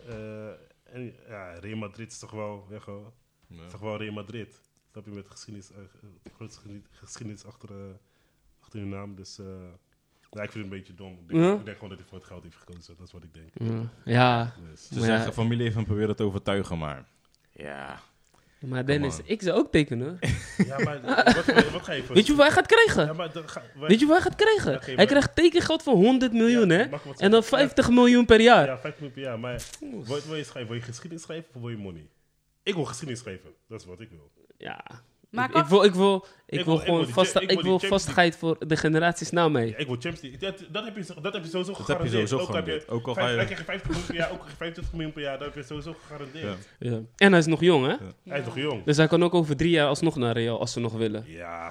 ja, Real Madrid is toch wel... Ja, gewoon, Ja. is toch wel Real Madrid. Snap je, met grote geschiedenis achter hun naam. Dus ja, ik vind het een beetje dom. Ik denk gewoon dat hij voor het geld heeft gekozen. Dat is wat ik denk. Ja. Dus, Ze Maar zeggen, ja. familie heeft hem proberen te overtuigen, maar... Ja. Maar Dennis, Come ik zou ook tekenen, hoor. ja, maar wat ga je voor... Weet je hoeveel hij gaat krijgen? Ja, maar Weet je hoeveel hij gaat krijgen? Oké, Hij maar- krijgt tekengeld van 100 miljoen, hè? mag ik wat En dan zeggen? 50 miljoen per jaar. Ja, 5 miljoen per jaar. Maar wil je schrijven? Wil je geschiedenis schrijven of wil je money? Ik wil geschiedenis schrijven. Dat is wat ik wil. Ja. Maar Ik wil wil gewoon die ik wil Champions vastigheid voor de generaties na mij. Ja, ik wil Champions League. Dat heb je sowieso Dat heb je gegarandeerd. sowieso Ook heb gegarandeerd. je Ook al ga je... dan krijg je 50 miljoen per jaar, ook 25 miljoen per jaar. Dat heb je sowieso gegarandeerd. Ja. Ja. En hij is nog jong, hè? Ja. Hij is nog jong. Dus hij kan ook over 3 jaar alsnog naar Real, als ze nog willen. Ja.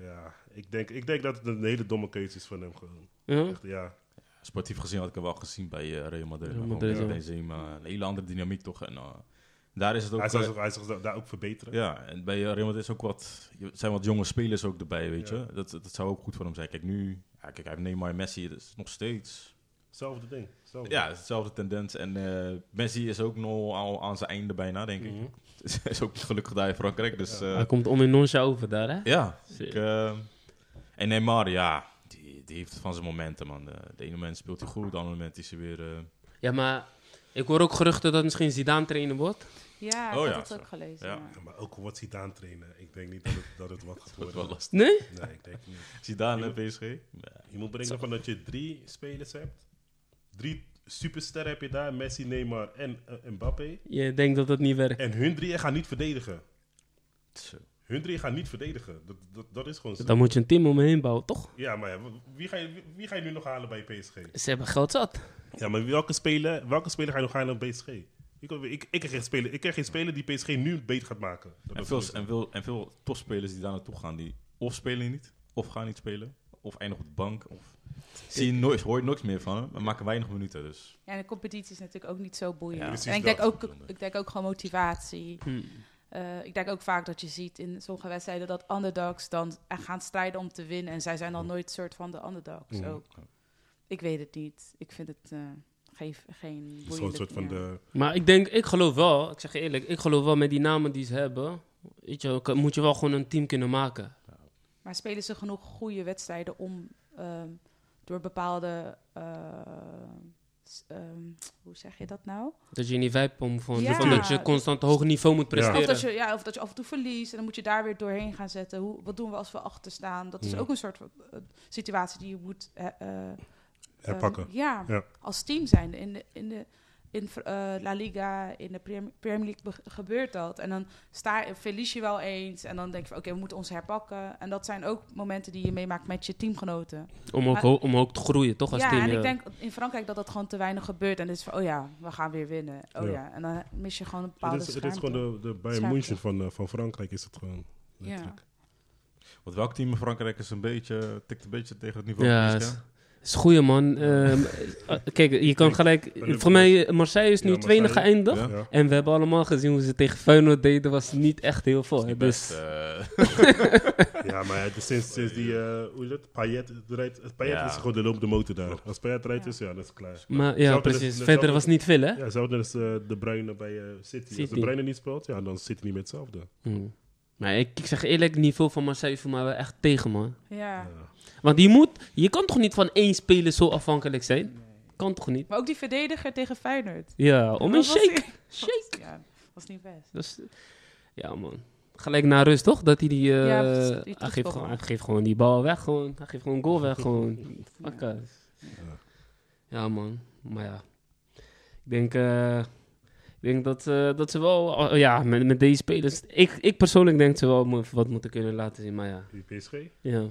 Ik denk dat het een hele domme keuze is van hem gewoon. Ja? Echt, ja. Sportief gezien had ik hem wel gezien bij Real Madrid. Real Maar Madrid, gewoon ja. met Benzema, een hele andere dynamiek toch. En daar is het ook... Hij zal zich daar ook verbeteren. ja, en bij Real Madrid is ook zijn wat jonge spelers ook erbij, weet Ja. je. Dat zou ook goed voor hem zijn. Kijk, nu... Ja, kijk, hij heeft Neymar en Messi, dat is nog steeds... Hetzelfde ding. Ja, het is hetzelfde tendens. En Messi is ook nog al aan zijn einde bijna, denk ik. Mhm. Hij is ook niet gelukkig daar in Frankrijk, dus... Hij komt om in noncha over daar, hè? ja. Zeker. En Neymar, ja, die heeft het van zijn momenten, man. De ene moment speelt hij goed, de andere moment is hij weer... Ja, maar ik hoor ook geruchten dat misschien Zidane trainer wordt. Ja, ik Oh had ja, het zo. ook gelezen. Ja. Ja. Ja, maar ook wat Zidane trainen. Ik denk niet dat het wat gaat Dat wordt worden. wel lastig. Nee? Nee, ik denk niet. Zidane en PSG? Je moet bedenken van dat je 3 spelers hebt. 3 supersterren heb je daar. Messi, Neymar en Mbappé. Je denkt dat dat niet werkt. En hun 3 gaan niet verdedigen. Zo. Hun 3 gaan niet verdedigen. Dat is gewoon zo. Dan moet je een team om me heen bouwen, toch? Ja, maar ja, wie ga je nu nog halen bij PSG? Ze hebben geld zat. Ja, maar welke speler ga je nog halen bij PSG? Ik krijg geen speler die PSG nu beter gaat maken. En veel topspelers die daar naartoe gaan, die of spelen niet, of gaan niet spelen, of eindigen op de bank. Of... Hoor je niks meer van hem, maar maken weinig minuten. Dus. Ja, en de competitie is natuurlijk ook niet zo boeiend. Ja, precies en ik dat. denk ook gewoon motivatie. Ik denk ook vaak dat je ziet in sommige wedstrijden dat underdogs dan gaan strijden om te winnen. En zij zijn dan nooit soort van de underdogs Mhm. ook. Ik weet het niet. Ik vind het geen Het is gewoon boeiende een soort van meer. Maar ik geloof wel, ik zeg je eerlijk, ik geloof wel met die namen die ze hebben, weet je, moet je wel gewoon een team kunnen maken. Maar spelen ze genoeg goede wedstrijden om door bepaalde... hoe zeg je dat nou? Dat je niet vibe om van Ja. dat je constant een hoog niveau moet presteren. Of dat je af en toe verliest en dan moet je daar weer doorheen gaan zetten. Wat doen we als we achter staan? Dat is Ja. ook een soort situatie die je moet herpakken. ja, Ja. als team zijn. In La Liga, in de Premier League gebeurt dat. En dan verlies je wel eens. En dan denk je van, oké, we moeten ons herpakken. En dat zijn ook momenten die je meemaakt met je teamgenoten. Om ook te groeien, toch? Als Ja, team, en ik denk in Frankrijk dat gewoon te weinig gebeurt. En het is van, oh ja, we gaan weer winnen. Oh Ja. ja. En dan mis je gewoon een bepaalde Het is gewoon de Bayern Scherpte. München van Frankrijk is het gewoon. Ja. letterlijk. Want welk team in Frankrijk is tikt een beetje tegen het niveau Ja, van is PSG? goeie man. Kijk, je kan gelijk... Voor mij, Marseille is nu Ja, tweede Marseille. geëindigd. Ja. Ja. En we hebben allemaal gezien hoe ze tegen Feyenoord deden. Was niet echt heel veel. Die Dus, Ja, maar sinds die, hoe is het? Payet rijdt. Payet Ja. is gewoon de lopende motor daar. Als Payet rijdt, is dat is klaar. maar ja, Hetzelfde precies. is- Verder was niet veel, hè? Ja, hetzelfde als De Bruyne bij City. Als City. De Bruyne niet speelt, ja, dan zit hij niet met hetzelfde. Maar ik zeg eerlijk, het niveau van Marseille is voor mij wel echt tegen, man. Ja. Ja. Want je kan toch niet van één speler zo afhankelijk zijn? Kan toch niet? Maar ook die verdediger tegen Feyenoord. Ja, om een Wat was shake. die? Shake. Ja, was niet best. Dus, ja, man. Gelijk naar rust, toch? Dat hij die... Ja, precies, die hij, geeft terugkomen. gewoon, hij geeft gewoon die bal weg, gewoon. Hij geeft gewoon goal weg, gewoon. Fuck Ja. us. Ja, man. Maar ja. Ik denk dat ze wel... ja, met deze spelers... Ik persoonlijk denk dat ze wel wat moeten kunnen laten zien, maar ja. Die PSG? Ja.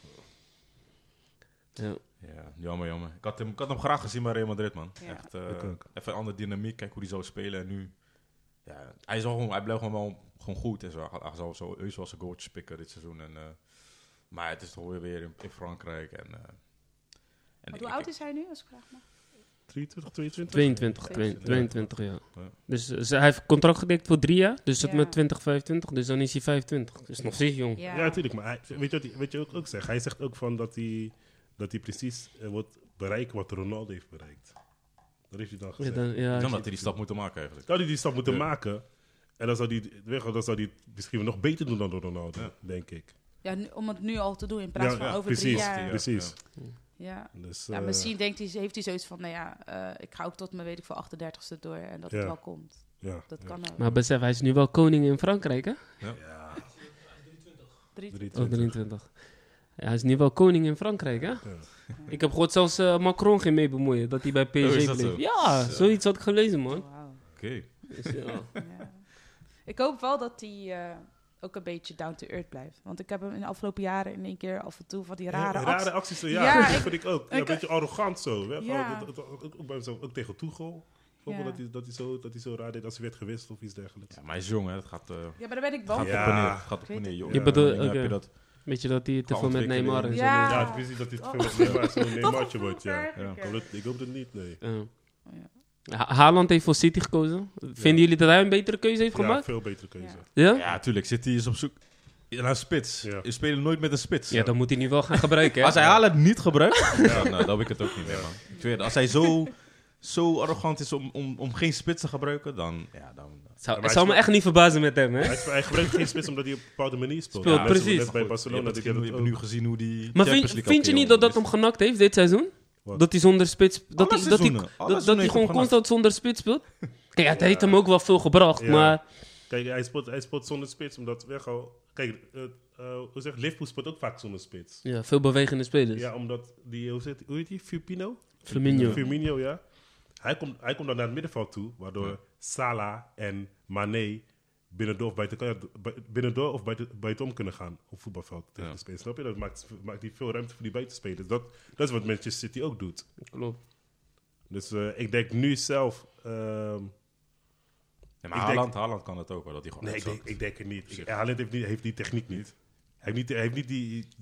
Ja. Ja, jammer. Ik had hem graag gezien bij Real Madrid, man. Ja. Echt, Ik ook. even een andere dynamiek. Kijk hoe hij zou spelen. En nu, ja, hij blijft gewoon wel gewoon goed. En zo. Hij zal zo heus wel zijn goaltjes pikken dit seizoen. En, maar het is toch weer in Frankrijk. En Hoe oud is hij nu, als ik vraag mag? 23, 22? 22, ja. Ja. Dus hij heeft contract gedekt voor 3 jaar. Dus tot Ja. met 2025. Dus dan is hij 25. Dus nog steeds jong. Ja, Ja, natuurlijk. Maar weet je ook zegt? Hij zegt ook van dat hij precies wordt bereiken wat Ronaldo heeft bereikt. Dat heeft hij dan Ja, gezegd. dan Dan had hij die stap moeten maken eigenlijk. Zou hij die stap moeten Ja. maken. En dan zou hij misschien nog beter doen dan Ronaldo, Ja. denk ik. ja, om het nu al te doen in plaats Ja, van ja, over precies, 3 jaar. Ja. Precies. Ja. Dus, Ja, misschien heeft hij zoiets van, nou ja, ik ga ook tot mijn, weet ik veel, 38ste door en dat Ja. het wel komt. ja, Dat ja. kan ook. Maar besef, hij is nu wel koning in Frankrijk, hè? Ja, 23. Oh, 23. Ja, hij is nu wel koning in Frankrijk, hè? Ja. Ik heb gehoord zelfs Macron ging mee bemoeien. Dat hij bij PSG Oh, is dat bleef. zo? Ja, zoiets had ik gelezen, man. Oh, wauw. Oké. Dus, ja. Ja. Ik hoop wel dat hij ook een beetje down to earth blijft. Want ik heb hem in de afgelopen jaren in één keer af en toe van die rare acties. Zo, Ja, ja, dat ik- vind ik ook. Ja, een beetje arrogant zo. Hè? Ja. Ook bij mezelf, ook tegen Tuchel. Bijvoorbeeld Ja. dat hij zo raar deed als hij werd gewisseld of iets dergelijks. Ja, maar hij is jong, hè. Het gaat, Ja, maar daar ben ik bang gaat voor. Ja. op en neer. Gaat op Ik en weet neer, het. joh. Je bedoelt- Dan heb oké. je dat. Weet je dat hij te veel met Ontwikkeling. Neymar en zo Ja. doet? Ja, precies dat hij het Oh. veel met Neymar zo'n Neymartje Toch wordt. Ja. ver. Ik hoop het niet, nee. Ja. Oh, ja. Haaland heeft voor City gekozen. Vinden jullie dat hij een betere keuze heeft Ja, gemaakt? veel betere keuze. Ja? Ja, tuurlijk. City is op zoek naar een spits. Ja. Je speelt nooit met een spits. Ja, dan moet hij nu wel gaan gebruiken, hè? Als hij Haaland niet gebruikt, ja, nou, dan heb ik het ook niet meer, man. Ik weet het, als hij zo arrogant is om geen spits te gebruiken, dan... Het zou me echt niet verbazen met hem, hè? Hij gebruikt geen spits omdat hij op een bepaalde manier speelt. Speelt, Ja, net zo- precies. Net bij Barcelona. Je dat hebt hij nu, dat ook. gezien hoe die Maar Champions League vind je ook niet dat heel hem genakt heeft dit seizoen? Wat? Dat hij zonder spits... Dat Alle hij, dat hij, seizoenen. Alle dat, dat seizoenen hij heeft gewoon hem constant zonder spits speelt? Kijk, het heeft hem ook wel veel gebracht, Ja. maar... Kijk, hij speelt zonder spits omdat kijk, hoe zeg Liverpool speelt ook vaak zonder spits. Ja, veel bewegende spelers. Ja, omdat hoe heet die? Firmino. Firmino, ja. Hij komt dan naar het middenveld toe, waardoor Ja. Salah en Mané binnendoor of buitenom kunnen gaan op voetbalveld tegen Ja. de spelers. Snap je? Dat maakt die veel ruimte voor die buitenspelers. Dat is wat Manchester City ook doet. Klopt. Dus ik denk nu zelf... Ja, maar Ik Haaland kan het ook wel, dat hij gewoon nee, uitzakt. ik denk het niet. Zeg. Haaland heeft die techniek niet. Hij heeft niet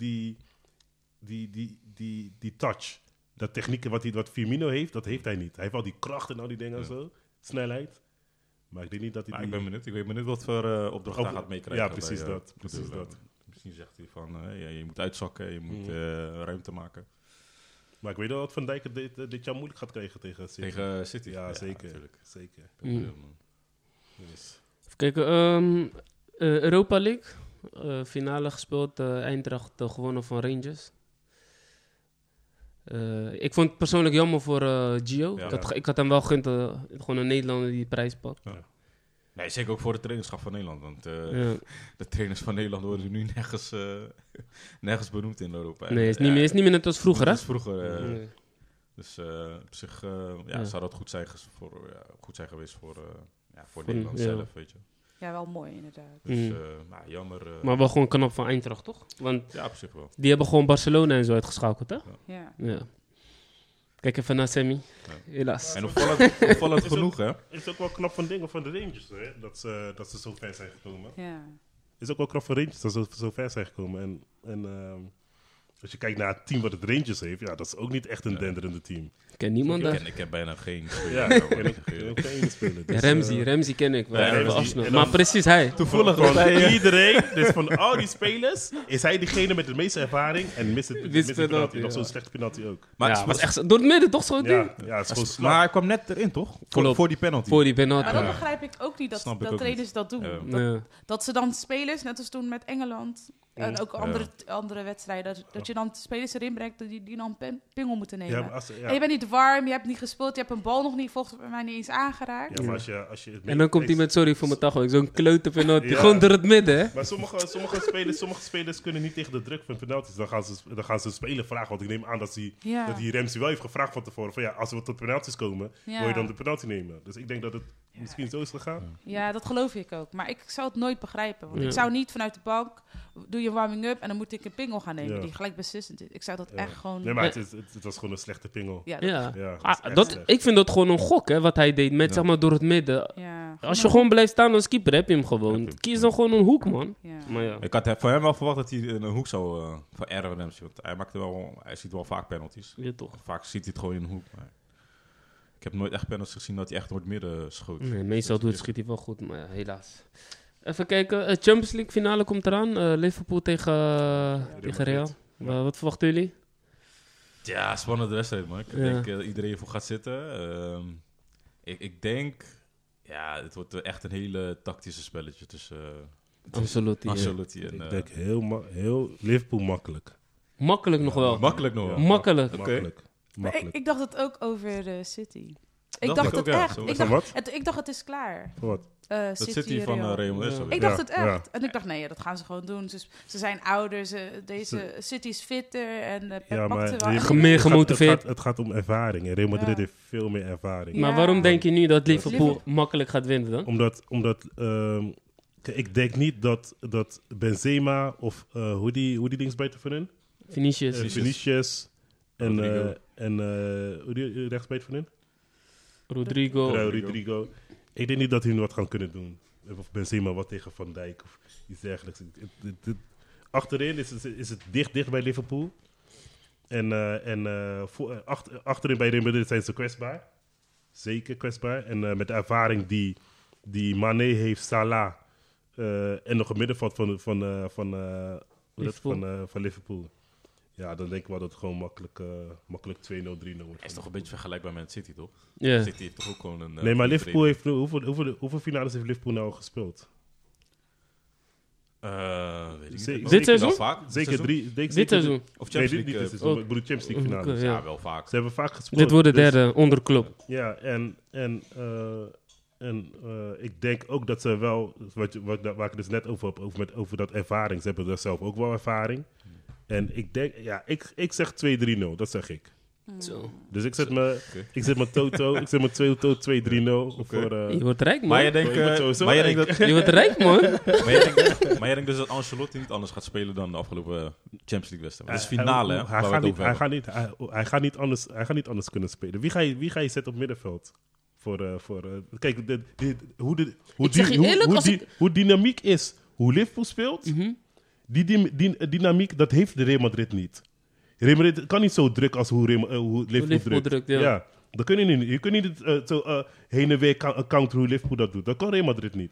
die touch. Dat techniek wat Firmino heeft, dat heeft hij niet. Hij heeft al die kracht en al die dingen en Ja. zo. Snelheid. Maar ik denk niet dat hij Maar ik die... ben benieuwd wat voor opdracht hij gaat meekrijgen. Ja, precies bij, dat. Precies Poetin. dat. Misschien zegt hij van, je moet uitzakken, je moet ruimte maken. Maar ik weet wel dat Van Dijk het dit jaar moeilijk gaat krijgen tegen City. Tegen City. Ja, zeker. natuurlijk. Zeker. Mm. Ja, man. Dus, Even kijken. Europa League. Finale gespeeld. Eindracht gewonnen van Rangers. Ik vond het persoonlijk jammer voor Gio. Ja. Ik had hem wel gegund. Gewoon een Nederlander die de prijs pakt. Nee, zeker ook voor het trainerschap van Nederland. Want Ja. de trainers van Nederland worden nu nergens benoemd in Europa. Nee, het is niet meer net als vroeger, hè? Dat is vroeger. Nee. Dus op zich Ja. zou dat goed zijn geweest voor Nederland ja. zelf, weet je. Ja, wel mooi inderdaad. Dus Mm. jammer. Maar wel gewoon knap van Eintracht, toch? Want Ja, op zich wel. die hebben gewoon Barcelona en zo uitgeschakeld, hè? Ja. Ja. Kijk even naar Sammy. Ja. Helaas. En opvallend genoeg, hè? is ook wel knap van dingen van de Rangers, hè? Dat ze zo ver zijn gekomen. Ja. Is ook wel knap van Rangers dat ze zo ver zijn gekomen. En als je kijkt naar het team wat het Rangers heeft, ja, dat is ook niet echt een denderende team. Ik ken niemand daar. Ik heb bijna geen speler. Ja, ik ken ook geen speler. Dus, Ramsey ken ik wel. Ja, van Ramsey. Arsenal. En dan- Maar precies hij. Toevallig Van iedereen, dus van al die spelers, is hij degene met de meeste ervaring en mist de penalty. penalty, Nog ja. zo'n slechte penalty ook. Maar, Ja, was echt door het midden toch zo'n ding? Ja, het is gewoon slap. maar hij kwam net erin, toch? Klopt. Voor die penalty. Voor die penalty. Maar dat Ja. begrijp ik ook niet, Snap ik dat ook trainers dat doen. Ja. Ja. Dat ze dan spelers, net als toen met Engeland, en ook andere wedstrijden, dat je dan spelers erin brengt die dan pingel moeten nemen. Ja, maar als, En je bent niet warm, je hebt niet gespeeld, je hebt een bal nog niet, volgens mij niet eens aangeraakt. ja, maar als je het En dan komt hij met sorry voor mijn tacho. Zo'n klote penalty. Ja. Gewoon door het midden, hè? Maar sommige spelers kunnen niet tegen de druk van penalties. Dan gaan ze een speler vragen. Want ik neem aan dat die Ramsey wel heeft gevraagd van tevoren. Van ja, als we tot penalties komen, wil je dan de penalty nemen. Dus ik denk dat het misschien zo is gegaan. Ja, dat geloof ik ook. Maar ik zou het nooit begrijpen. Want Ja. ik zou niet vanuit de bank, doe je warming-up en dan moet ik een pingel gaan nemen Ja. die gelijk beslissend is. Ik zou dat Ja. echt gewoon... Nee, maar het was gewoon een slechte pingel. Ja, Ja. Ja, dat is echt Dat, slecht. ik vind dat gewoon een gok, hè, wat hij deed. Met, Ja. zeg maar, door het midden. ja. Als je gewoon blijft staan als keeper, heb je hem gewoon. Heb je hem. Kies dan gewoon een hoek, man. Ja. Maar ja. Ik had van hem wel verwacht dat hij in een hoek zou van Aaron Ramsey. Want hij ziet wel vaak penalties. Ja, toch. Vaak ziet hij het gewoon in een hoek. Maar ik heb nooit echt penalties gezien dat hij echt door het midden schoot. Nee, meestal schiet hij wel goed, maar ja, helaas. Even kijken. Champions League finale komt eraan. Liverpool tegen Real. Wat verwachten jullie? Ja, spannende wedstrijd, man. Ik Ja. denk iedereen voor gaat zitten. Ik denk, het wordt echt een hele tactische spelletje tussen Ancelotti. ja. Ancelotti en... Ik denk heel Liverpool makkelijk. Makkelijk nog wel. Makkelijk nog wel. Ja, Makkelijk. Makkelijk. Maar ik dacht het ook over City. Ik Dacht dacht ik het ook, ja. echt. Zo. Ik Van dacht, wat? ik dacht het is klaar. Voor wat? Dat City van Real. Real Madrid. Ja. zo. Ik dacht Ja, het echt. ja. En ik dacht, nee, dat gaan ze gewoon doen. Ze zijn ouder, deze City is fitter en Pep Ja, maar pakte wel. je- En- Meer gemotiveerd. Het gaat om ervaring. En Real Madrid Ja. heeft veel meer ervaring. Ja. Maar waarom denk je nu dat Liverpool Liverpool- makkelijk gaat winnen dan? Omdat kijk, ik denk niet dat Benzema of hoe die dings buiten van hun? Vinicius, Vinicius en Rodrigo. hoe die rechtsbuiten van hun? Rodrigo. Rodrigo. Ik denk niet dat die wat gaan kunnen doen. Of Benzema wat tegen Van Dijk of iets dergelijks. Achterin is het dicht bij Liverpool. Achterin bij Real Madrid zijn ze kwetsbaar. Zeker kwetsbaar. En met de ervaring die Mané heeft, Salah en nog het middenveld van Liverpool. Ja, dan denk ik wel dat het gewoon makkelijk 2-0, 3-0 wordt. Is toch een beetje vergelijkbaar met City, toch? Ja. City heeft toch ook gewoon een... Nee, maar goede Liverpool heeft... Hoeveel finales heeft Liverpool nou al gespeeld? weet ik Zeker- niet. Dit seizoen? Wel vaak. Zeker 3. Dit seizoen. Of Nee, Champions niet dit League. seizoen. Ik bedoel Champions League finales. Ja. Ja, wel vaak. Ze hebben vaak gespeeld. Dit wordt de dus- derde onder Klopp. Ja, en ik denk ook dat ze wel... Waar ik dus net over heb, over dat ervaring. Ze hebben daar zelf ook wel ervaring. En ik denk... Ja, ik zeg 2-3-0. Dat zeg ik. Zo. Dus ik zet mijn Toto. Ik zet mijn Toto 2-3-0. Voor, Je wordt rijk, man. Maar je denkt, je wordt sowieso maar je rijk. denkt dat... Je wordt rijk, man. Maar jij denkt dus dat Ancelotti niet anders gaat spelen dan de afgelopen Champions League wedstrijd? Dat is finale, hè? Hij waar we het over hebben. hij gaat niet anders kunnen spelen. Wie ga je zetten op middenveld? Kijk, Ik zeg je eerlijk, als hoe dynamiek is, hoe Liverpool speelt, Mhm. die dynamiek, dat heeft de Real Madrid niet. Real Madrid kan niet zo druk als hoe Liverpool Liverpool drukt. drukt, ja. Dat kun je niet. Je kunt niet zo heen en weer counter hoe Liverpool dat doet. Dat kan Real Madrid niet.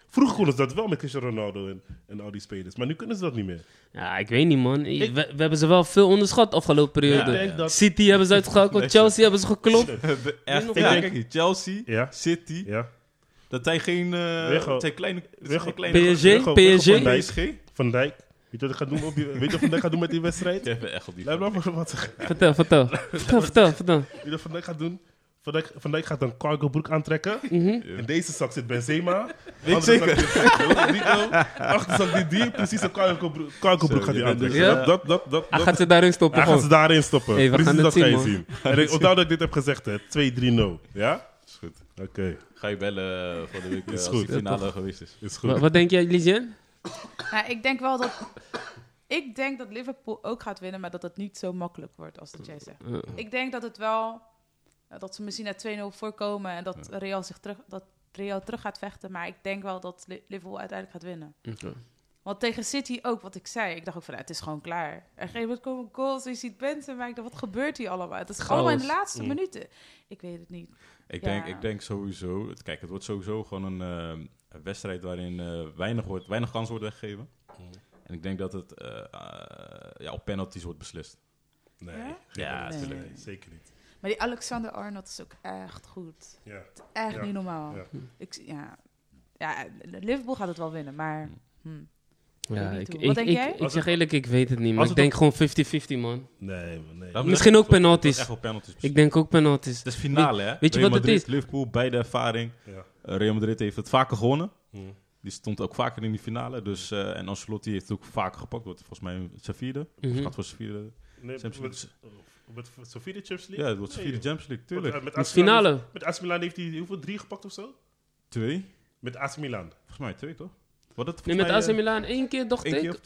Vroeger konden ze dat wel met Cristiano Ronaldo en al die spelers. Maar nu kunnen ze dat niet meer. Ja, ik weet niet, man. We hebben ze wel veel onderschat afgelopen periode. Ik denk dat- City hebben ze uitgeschakeld, Chelsea hebben ze geklopt. Echt, nog kijk, wel? kijk, Chelsea, Ja. City, Ja. dat zijn geen... Weggo- dat zijn kleine... Weggo- PSG? Weggo- PSG? Van Dijk. PSG? Van Dijk. Weet je wat ik ga doen, weet je wat Van Dijk gaat doen met die wedstrijd? Ik heb echt op die... Laat me maar wat zeggen. Vertel. Weet je wat Van Dijk gaat doen? Van Dijk gaat een cargo broek aantrekken. Mhm. In deze zak zit Benzema. Weet Andere zeker. zak zit Rico. Achterzak zit die. Precies een cargo broek gaat hij je bent aantrekken. dus- Dat Hij gaat ze daarin stoppen. hij gaat Gewoon. ze daarin stoppen. Hey, we Precies gaan dat het ga je zien, zien. En ik onthoud dat ik dit heb gezegd, hè. 2-3-0. Ja? Is goed. Oké, Ga je bellen voor de week Is als goed. die finale geweest is. is goed. Wat denk jij, Lisien? Nou, ik denk wel dat... Ik denk dat Liverpool ook gaat winnen, maar dat het niet zo makkelijk wordt als dat jij zegt. Ik denk dat het wel... dat ze misschien naar 2-0 voorkomen en dat Real terug gaat vechten. Maar ik denk wel dat Liverpool uiteindelijk gaat winnen. Want tegen City ook, wat ik zei. Ik dacht ook van, het is gewoon klaar. Er een gegeven moment komen goals en je ziet Benzema. Maar ik dacht, wat gebeurt hier allemaal? Het is Chaos. allemaal in de laatste minuten. Ik weet het niet. Ik denk sowieso... Kijk, het wordt sowieso gewoon een wedstrijd waarin weinig kans wordt weggegeven. En ik denk dat het op penalties wordt beslist. Nee, Ja? Ja, Nee. natuurlijk. nee, zeker niet. Maar die Alexander Arnold is ook echt goed. Ja. Echt Ja. niet normaal. Ja. Liverpool gaat het wel winnen, maar... Ja, weet niet ik, hoe. Wat denk jij? ik zeg eerlijk, ik weet het niet. Maar Als ik het denk gewoon 50-50, man. Nee, nee. Dat- Misschien ook dat wordt penalties. echt wel penalties. Ik denk ook penalties. Het is finale, hè? weet je Real wat het Madrid, is? Liverpool, beide ervaring. Ja. Real Madrid heeft het vaker gewonnen. Hmm. Die stond ook vaker in die finale. Dus, en Ancelotti heeft het ook vaker gepakt. Wordt volgens mij zijn vierde. Mhm. Gaat voor zijn vierde. Nee, Champions met Sofie de Champions League? Ja, het wordt zijn vierde Champions League, tuurlijk. Met De AC Milan finale. heeft- Met AC Milan heeft hij hoeveel? 3 gepakt of zo? 2? Met AC Milan. Volgens mij 2, toch? Wat het Nee, volgens met mij, AC Milan 1 keer, dacht één ik. keer?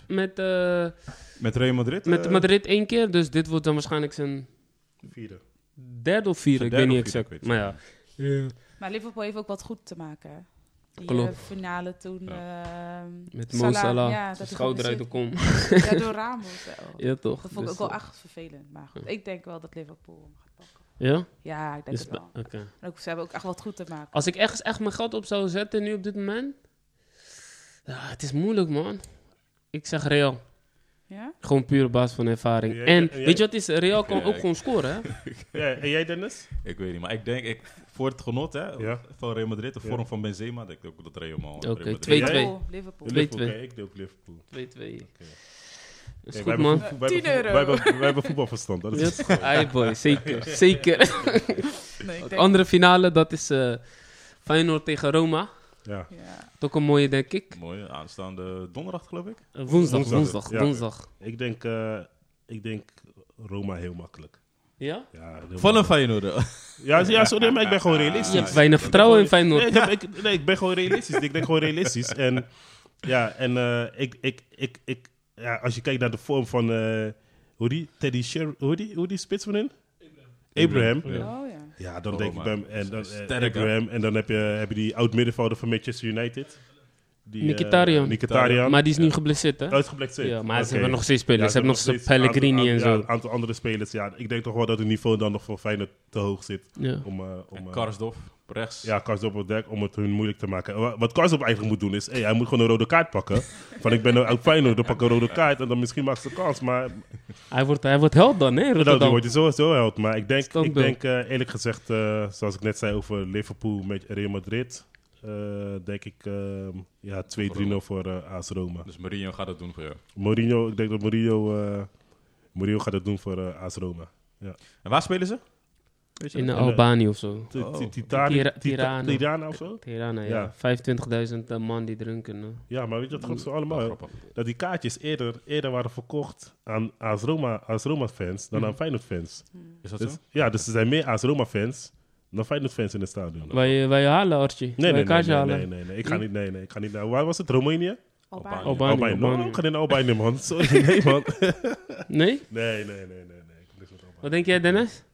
Met Real Madrid? Madrid 1 keer. Dus dit wordt dan waarschijnlijk zijn 4e. derde of vierde. Zijn Ik weet derde niet of vierde, exact. ik Maar ja. Maar Liverpool heeft ook wat goed te maken. Hè? Die Klopt. finale toen... Met Mo Salah. Ja, Zijn dat schouder uit de kom. Ja, door Ramos wel. Ja, toch. Dat vond ik Dus, ook wel echt vervelend. Maar goed, ik denk wel dat Liverpool hem gaat pakken. Ja? Ja, ik denk Dus, het wel. oké. En ook, ze hebben ook echt wat goed te maken. Als ik ergens echt mijn geld op zou zetten nu op dit moment... Ja, het is moeilijk, man. Ik zeg Real. Ja? Gewoon puur op basis van ervaring. Jij- En jij- weet je wat is? Real kan Ja, ook ik- gewoon scoren, hè? Ja, en jij Dennis? Ik weet niet, maar ik denk, voor het genot hè, Ja. van Real Madrid, de Ja. vorm van Benzema, denk ik ook dat Real man. Oké, 2-2. Liverpool. 2-2. Oké, ik doe ook Liverpool. 2-2. Oké. Is Hey, goed, man. wij hebben 10 euro. wij hebben voetbalverstand. Dat is Ja, ai boy, zeker. Zeker. Nee, ik De denk... andere finale, dat is Feyenoord tegen Roma. ja. Ja. Toch een mooie, denk ik. Mooi, aanstaande donderdag geloof ik. Woensdag. Ja. Woensdag. Ik denk Roma heel makkelijk. Ja? Ja, heel Van een makkelijk. Feyenoorder. Ja, sorry, maar ik ben gewoon realistisch. Je hebt weinig vertrouwen in Nee, Feyenoord. ik ben gewoon realistisch. Ik denk gewoon realistisch. En als je kijkt naar de vorm van hoe die spits van in? Abraham. Ja. Oh ja. Ja, dan Oh, denk ik maar bij hem. En dan, sterk, hè? Abraham. En dan heb je die oud-middenvelder van Manchester United. Die, Mkhitaryan. Mkhitaryan. Maar die is nu geblesseerd, hè? Uitgeblekt Ja, maar ze Oké. hebben nog steeds spelers. Ja, ze hebben nog steeds Pellegrini en Ja, zo. een aantal andere spelers. Ja, ik denk toch wel dat het niveau dan nog voor Feyenoord te hoog zit. Ja. En Karsdorp, rechts. Ja, Karsdorp op dek om het hun moeilijk te maken. Wat Karsdorp eigenlijk moet doen is, hij moet gewoon een rode kaart pakken. Van ik ben nou uit Feyenoord, dan pak ik een rode kaart en dan misschien maakt ze de kans. Maar Hij wordt held dan, hè? dan Rotterdam. word je sowieso held. Maar ik Standbeeld. denk eerlijk gezegd, zoals ik net zei over Liverpool met Real Madrid, denk ik 2-3-0 voor AS Roma. Dus Mourinho gaat het doen voor jou. Mourinho, ik denk dat Mourinho gaat het doen voor AS Roma. En waar spelen ze? Weet je In dat? Albanië of zo. Tirana of zo? Tirana, ja. Ja. 25.000 man die erin kunnen. Ja, maar weet je wat gewoon zo Oh, allemaal? grappig. Dat die kaartjes eerder waren verkocht aan AS Roma fans dan aan Feyenoord fans. Is dat Dus, zo? ja, dus er zijn meer AS Roma fans dan Feyenoord fans in het stadion. Waar je halen, Archie? Waar je kaartje halen? Nee. Ik ga niet. Ik ga niet naar. Waar was het? Roemenië? Albanië. Albanië. No, ik ga niet naar Albanië, man. Sorry, nee, man. Nee? Nee. Ik heb niks met Albanië. Wat denk jij, Dennis?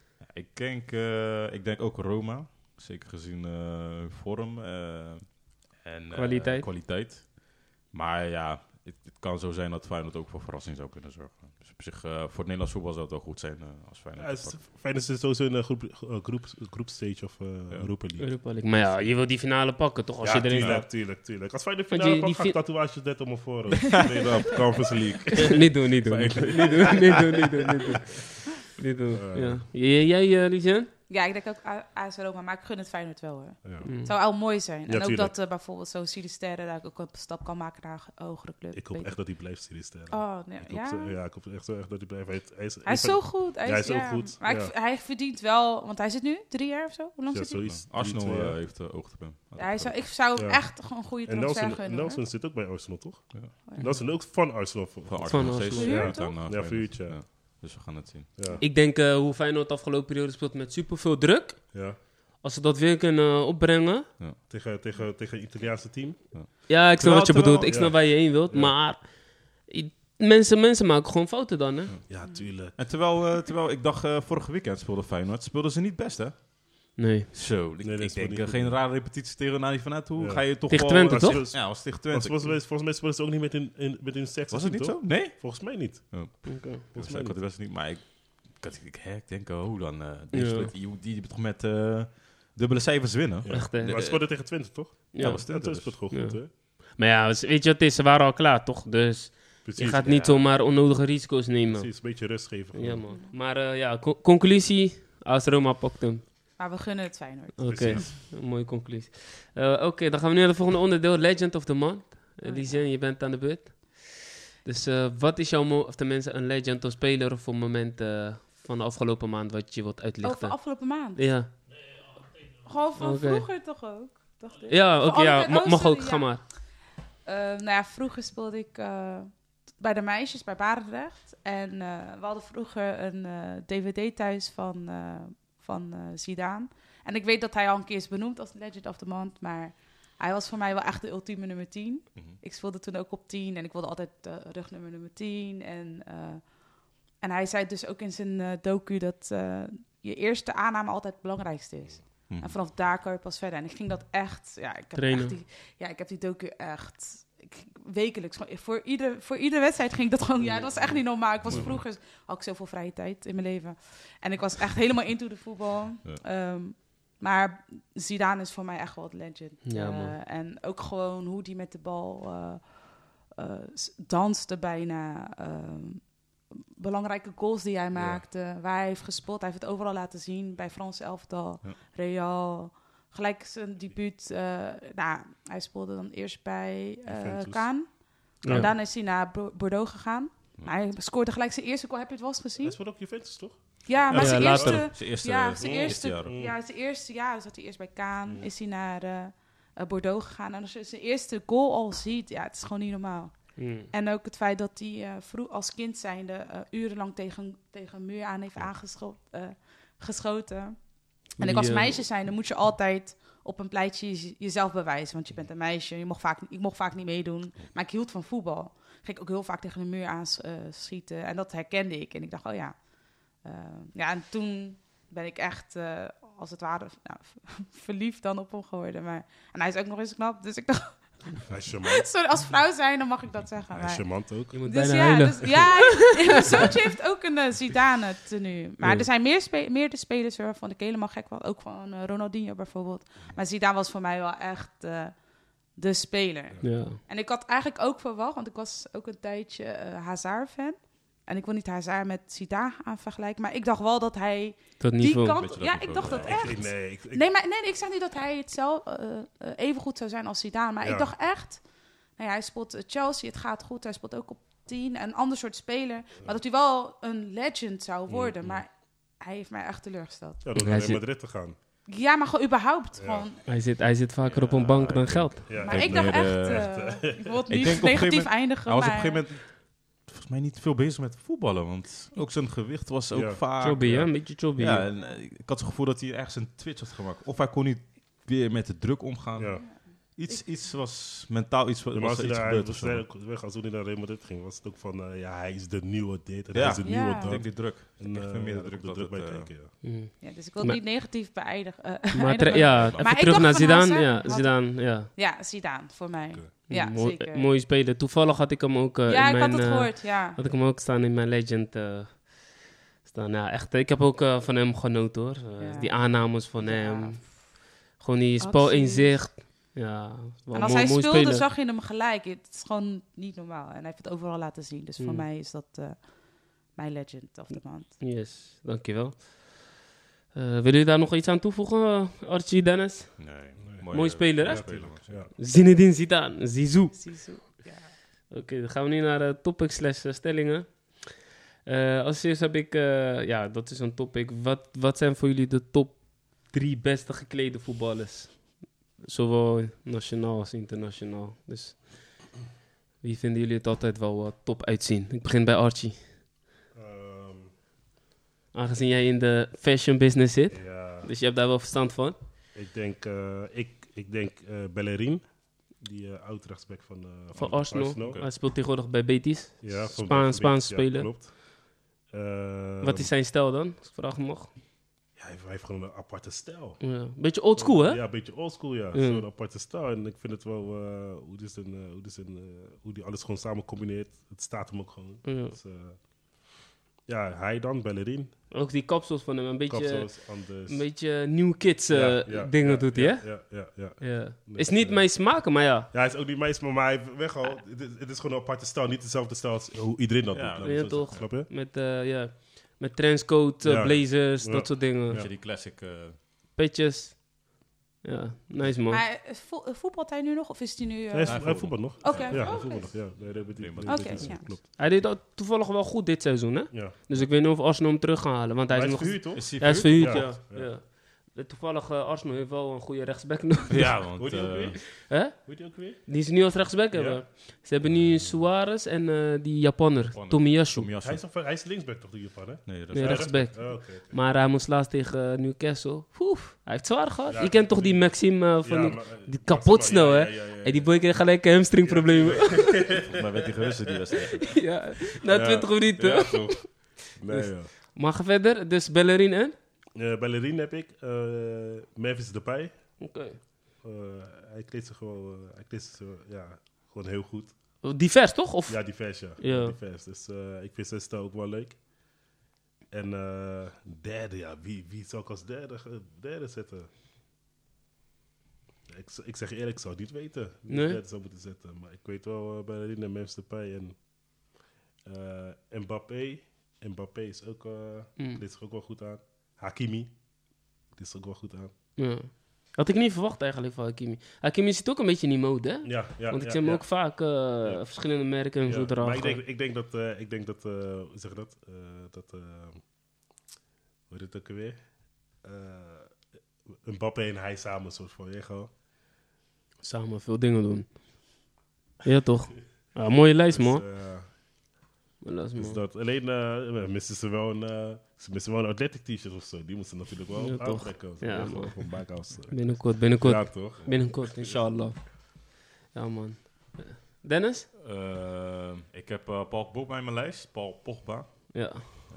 Ik denk ook Roma. Zeker gezien hun vorm en Kwaliteit. kwaliteit. Maar ja, het kan zo zijn dat Feyenoord ook voor verrassing zou kunnen zorgen. Dus op zich, voor het Nederlands voetbal zou het wel goed zijn als Feyenoord. Ja, Feyenoord zit sowieso in een groepstage of Europa League. Europa League. Maar ja, je wil die finale pakken, toch? Als je erin staat. Tuurlijk. Als Feyenoord Want finale die pakt, ga ik fi- tatoeages net om me voor. Nee, op Conference League. Niet doen. Ja. Jij, Lucien? Ja, ik denk ook AS Roma, maar ik gun het Feyenoord wel hoor. Ja. Het zou al mooi zijn. En ook tuurlijk. dat bijvoorbeeld zo Sterren daar ook een stap kan maken naar een hogere club. Ik hoop echt dat hij blijft, Sinisterre. Oh, nee, Ik hoop echt zo erg dat hij blijft. Hij is zo goed. Hij is ook goed. Maar Ja. hij verdient wel, want hij zit nu 3 jaar of zo. Hoe lang Ja, zit hij? zoiets. Arsenal 2 jaar. heeft oog op hem. Ja, ik zou hem Ja. echt gewoon een goede En transfer gunnen. Nelson zit ook bij Arsenal, toch? Ja. Nelson ook van Arsenal. Van Van Arsenal Arsenal. steeds. Verhuurd, Ja, toch? dan, Ja, Feyenoord. verhuurd, ja. Dus we gaan het zien. Ja. Ik denk hoe Feyenoord de afgelopen periode speelt met superveel druk. Ja. Als ze dat weer kunnen opbrengen. Tegen een Italiaanse team. Ja, ik snap wat je Terwijl- bedoelt. Ik snap ja. waar je heen wilt. Ja. Maar mensen maken gewoon fouten dan, hè? Ja, tuurlijk. En terwijl ik dacht, vorige weekend speelde Feyenoord, speelden ze niet best, hè? Nee. Zo, Nee, dat ik is wel denk niet geen goed. rare repetitie tegen Nani van Hoe Ja. ga je toch Tegen wel... Twente, toch? Ja, was tegen Twente. Volgens mij spelen ze ook niet met hun seks. Was het niet zo? Nee? Volgens mij niet. Volgens mij ik had de wedstrijd niet, maar ik denk, oh dan, Ja. die hebben toch met dubbele cijfers winnen? Ja. Echt, hè? Maar ze speelden tegen Twente, toch? Ja. was Twente dus. speelt gewoon Ja. goed, hè? Maar ja, weet je wat het is? Ze waren al klaar, toch? Dus Precies. je gaat niet zomaar onnodige risico's nemen. Precies, een beetje rust geven. Ja, man. Maar conclusie. AS Roma pakt hem. Maar we gunnen het Feyenoord. Oké, Precies. een mooie conclusie. Oké, dan gaan we nu naar het volgende onderdeel. Legend of the Month. Lisien, je bent aan de beurt. Dus wat is jouw, of tenminste een legend of speler of een moment van de afgelopen maand wat je wilt uitlichten? Over afgelopen maand. Ja, Gewoon van Oké. vroeger toch ook? Dacht ik. ja oké, Oh, ja, oh, mag sorry, ook, ga ja. maar. Nou ja, vroeger speelde ik bij de meisjes bij Barendrecht. En we hadden vroeger een DVD thuis van Zidane. En ik weet dat hij al een keer is benoemd als Legend of the Month. Maar hij was voor mij wel echt de ultieme nummer 10. Ik speelde toen ook op 10 en ik wilde altijd rugnummer nummer 10. En hij zei dus ook in zijn docu dat je eerste aanname altijd het belangrijkste is. En vanaf daar kan je pas verder. En ik ging dat echt... Ja, ik heb die docu echt... Wekelijks. Voor iedere wedstrijd ging ik dat gewoon... Ja, dat was echt niet normaal. Ik was vroeger... Had ik zoveel vrije tijd in mijn leven. En ik was echt helemaal into de voetbal. Ja. Maar Zidane is voor mij echt wel het legend. Ja, man. En ook gewoon hoe die met de bal danste bijna. Belangrijke goals die hij maakte. Waar hij heeft gespeeld. Hij heeft het overal laten zien. Bij Frans elftal, Real. Gelijk zijn debuut. Hij speelde dan eerst bij Kaan. Ja. En daarna is hij naar Bordeaux gegaan. Maar hij scoorde gelijk zijn eerste goal. Heb je het wel eens gezien? Hij speelt ook Juventus, toch? Ja, maar Ja, zijn later. eerste... Zijn eerste jaar. Ja, zijn eerste jaar zat hij eerst bij Kaan. Is hij naar Bordeaux gegaan. En als je zijn eerste goal al ziet, ja, het is gewoon niet normaal. En ook het feit dat hij vroeg als kind zijnde urenlang tegen een muur aan heeft geschoten. En ik als meisje zijnde moet je altijd op een pleitje jezelf bewijzen. Want je bent een meisje, ik mocht vaak niet meedoen. Maar ik hield van voetbal. Ging ik ook heel vaak tegen de muur aan schieten. En dat herkende ik. En ik dacht, oh ja. En toen ben ik echt, als het ware, verliefd dan op hem geworden. En hij is ook nog eens knap. Dus ik dacht... Hij is charmant. Sorry, als vrouw zijnde mag ik dat zeggen. Hij is charmant ook. Je moet Dus bijna ja, huilen. mijn zoontje heeft ook een Zidane tenue. Maar er zijn meer de spelers waarvan ik helemaal gek was. Ook van Ronaldinho bijvoorbeeld. Maar Zidane was voor mij wel echt de speler. Ja. En ik had eigenlijk ook verwacht, want ik was ook een tijdje Hazard-fan. En ik wil niet Hazard met Zidane aan vergelijken. Maar ik dacht wel dat hij Dat die niveau. kant... Beetje dat Ja, niveau, ik dacht dat ja. echt. Nee, ik zeg niet dat hij het zelf even goed zou zijn als Zidane. Maar Ja. ik dacht echt... hij speelt Chelsea, het gaat goed. Hij speelt ook op 10, een ander soort speler. Maar dat hij wel een legend zou worden. Maar hij heeft mij echt teleurgesteld. Ja, door Hij naar zit- Madrid te gaan. Ja, maar gewoon überhaupt. Ja. Gewoon. Hij zit vaker op een bank dan geld. Ja, Maar Kijk, ik dacht nee, echt... ik wil het Ik niet denk op een gegeven negatief moment- eindigen. Hij was op een maar- gegeven moment volgens mij niet veel bezig met voetballen. Want ook zijn gewicht was ook Ja. vaak... Chobby, hè? Een beetje chobby. Ja, en ik had het gevoel dat hij ergens een twitch had gemaakt. Of hij kon niet weer met de druk omgaan. ja. Iets was mentaal iets, Maar was als er hij iets daar gebeurd of zo. weg, als hij naar Real Madrid ging, was het ook van, hij is de nieuwe dit en Ja. hij is de nieuwe Ja. Ik dat. denk die druk. En, Ik vind meer de daar druk komt dat bij het, kijken, ja. Mm. Ja, dus ik wil Maar- niet negatief beëindigen. Maar eindigen. even Maar ik terug dacht naar van Zidane. Hazard Ja, had- Zidane, ja. Ja, Zidane, voor mij. Oké. Ja, zeker. Mooie speler. Toevallig had ik hem ook Ja, in ik mijn... had het gehoord, ja. Had ik hem ook staan in mijn legend staan. Ja, echt. Ik heb ook van hem genoten hoor. Ja. Die aannames van Ja. hem. Gewoon die Absoluut. spelinzicht. Ja, wel En als mooi hij speelde, speler. zag je hem gelijk. Het is gewoon niet normaal. En hij heeft het overal laten zien. Dus voor Mm. mij is dat mijn legend of the month. Yes, dankjewel. Willen jullie daar nog iets aan toevoegen, Archie, Dennis? Nee. Mooi speler, hè? mooie speler, man. Ja. Zinedine Zidane, Zizou. Zizou, ja. Oké, dan gaan we nu naar topics/stellingen. Als eerst heb ik, dat is een topic. Wat zijn voor jullie de top 3 beste geklede voetballers? Zowel nationaal als internationaal. Dus wie vinden jullie het altijd wel top uitzien? Ik begin bij Archie. Ehm, Aangezien jij in de fashion business zit, ja, dus je hebt daar wel verstand van. ik denk Bellerin, die oud-rechtsback Van Arsenal. Hij speelt tegenwoordig bij Betis. Ja, van Spaanse ja, speler. klopt. Wat is zijn stijl dan? Als ik vragen mag. Ja, hij heeft gewoon een aparte stijl. Ja. Beetje old school, hè? Ja, een beetje oldschool, ja. Ja. Zo'n aparte stijl. En ik vind het wel hoe die alles gewoon samen combineert. Het staat hem ook gewoon. Ja. Dus, ja, hij dan, Bellerin. Ook die kapsels van hem, een beetje, Kapsels, anders. een beetje new kids dingen ja, doet hij, hè? Ja. Ja. Dus, Is niet mijn smaken, maar ja. Ja, hij is ook niet meestal, maar hij weg al. Het is gewoon een aparte stijl. Niet dezelfde stijl als hoe iedereen dat Ja, doet. laat me ja, zo toch. zeggen. Snap je? Met trenchcoat, Ja. blazers, Ja. dat soort dingen. Weet je, die classic... Petjes. Ja, nice man. Maar voetbalt hij nu nog? Of is hij nu... Hij voetbalt nog. Oké. Ja, Oh, hij oké. voetbalt nog. Ja, nee, dat bedoel ik. Oké, ja. Klopt. Hij deed ook toevallig wel goed dit seizoen, hè? Ja. Dus ik weet niet of Arsenal hem terug gaan halen. Want hij Maar is hij nog... is verhuurd, toch? Is hij Hij is verhuurd, Ja. ja. Ja. Toevallig, Arsenal heeft wel een goede rechtsback nodig. Ja, want... Hoe die ook weer? Hè? Hoe die ook weer? Die ze nu als rechtsback Ja. hebben. Ze hebben nu Suarez en die Japanner, Japanner. Tomiyasu. Hij is linksback toch, die Japan, hè? Nee, dat Nee, is... rechtsback. Oh, oké. Maar hij moest laatst tegen Newcastle. Oef, hij heeft zwaar gehad. Ja, je kent toch die Maxime van Ja, die... maar, die kapot snel, hè? Ja. En die boy kreeg gelijk hamstringproblemen. Volgens mij werd hij gewisseld die wedstrijd. Ja, na 20 minuten. Ja, toch. Nee, ja. Maar ga verder. Dus Bellerin en? Bellerin heb ik. Memphis Depay. Oké. Hij kleedt zich gewoon heel goed. Divers, toch? Of? Ja, divers, ja. Ja. Divers. Dus ik vind zijn stijl ook wel leuk. En derde, ja. Wie zou ik als derde zetten? Ik zeg eerlijk, ik zou het niet weten wie Nee? ik derde zou moeten zetten. Maar ik weet wel Bellerin en Memphis Depay en Mbappé. Mbappé is ook, kleedt zich ook wel goed aan. Hakimi. Die is ook wel goed aan. Ja. Had ik niet verwacht eigenlijk van Hakimi. Hakimi zit ook een beetje in die mode, hè? Ja, Want ik zie hem ook vaak verschillende merken en zo Maar dragen. ik denk dat hoe zeg je dat? Hoe heet het ook alweer? Mbappé en hij samen een soort van, gewoon. Samen veel dingen doen. Ja, toch? Ja, mooie lijst, man. Lijst, Dus man. dat, alleen missen ze wel een athletic t-shirt of zo. Die moeten ze natuurlijk wel Ja, toch. aantrekken. Ja, man. Van Baakhaus. Binnenkort. Ja, toch? Binnenkort, inshallah. Ja, man. Dennis? Ik heb Paul Pogba in mijn lijst. Paul Pogba. Ja.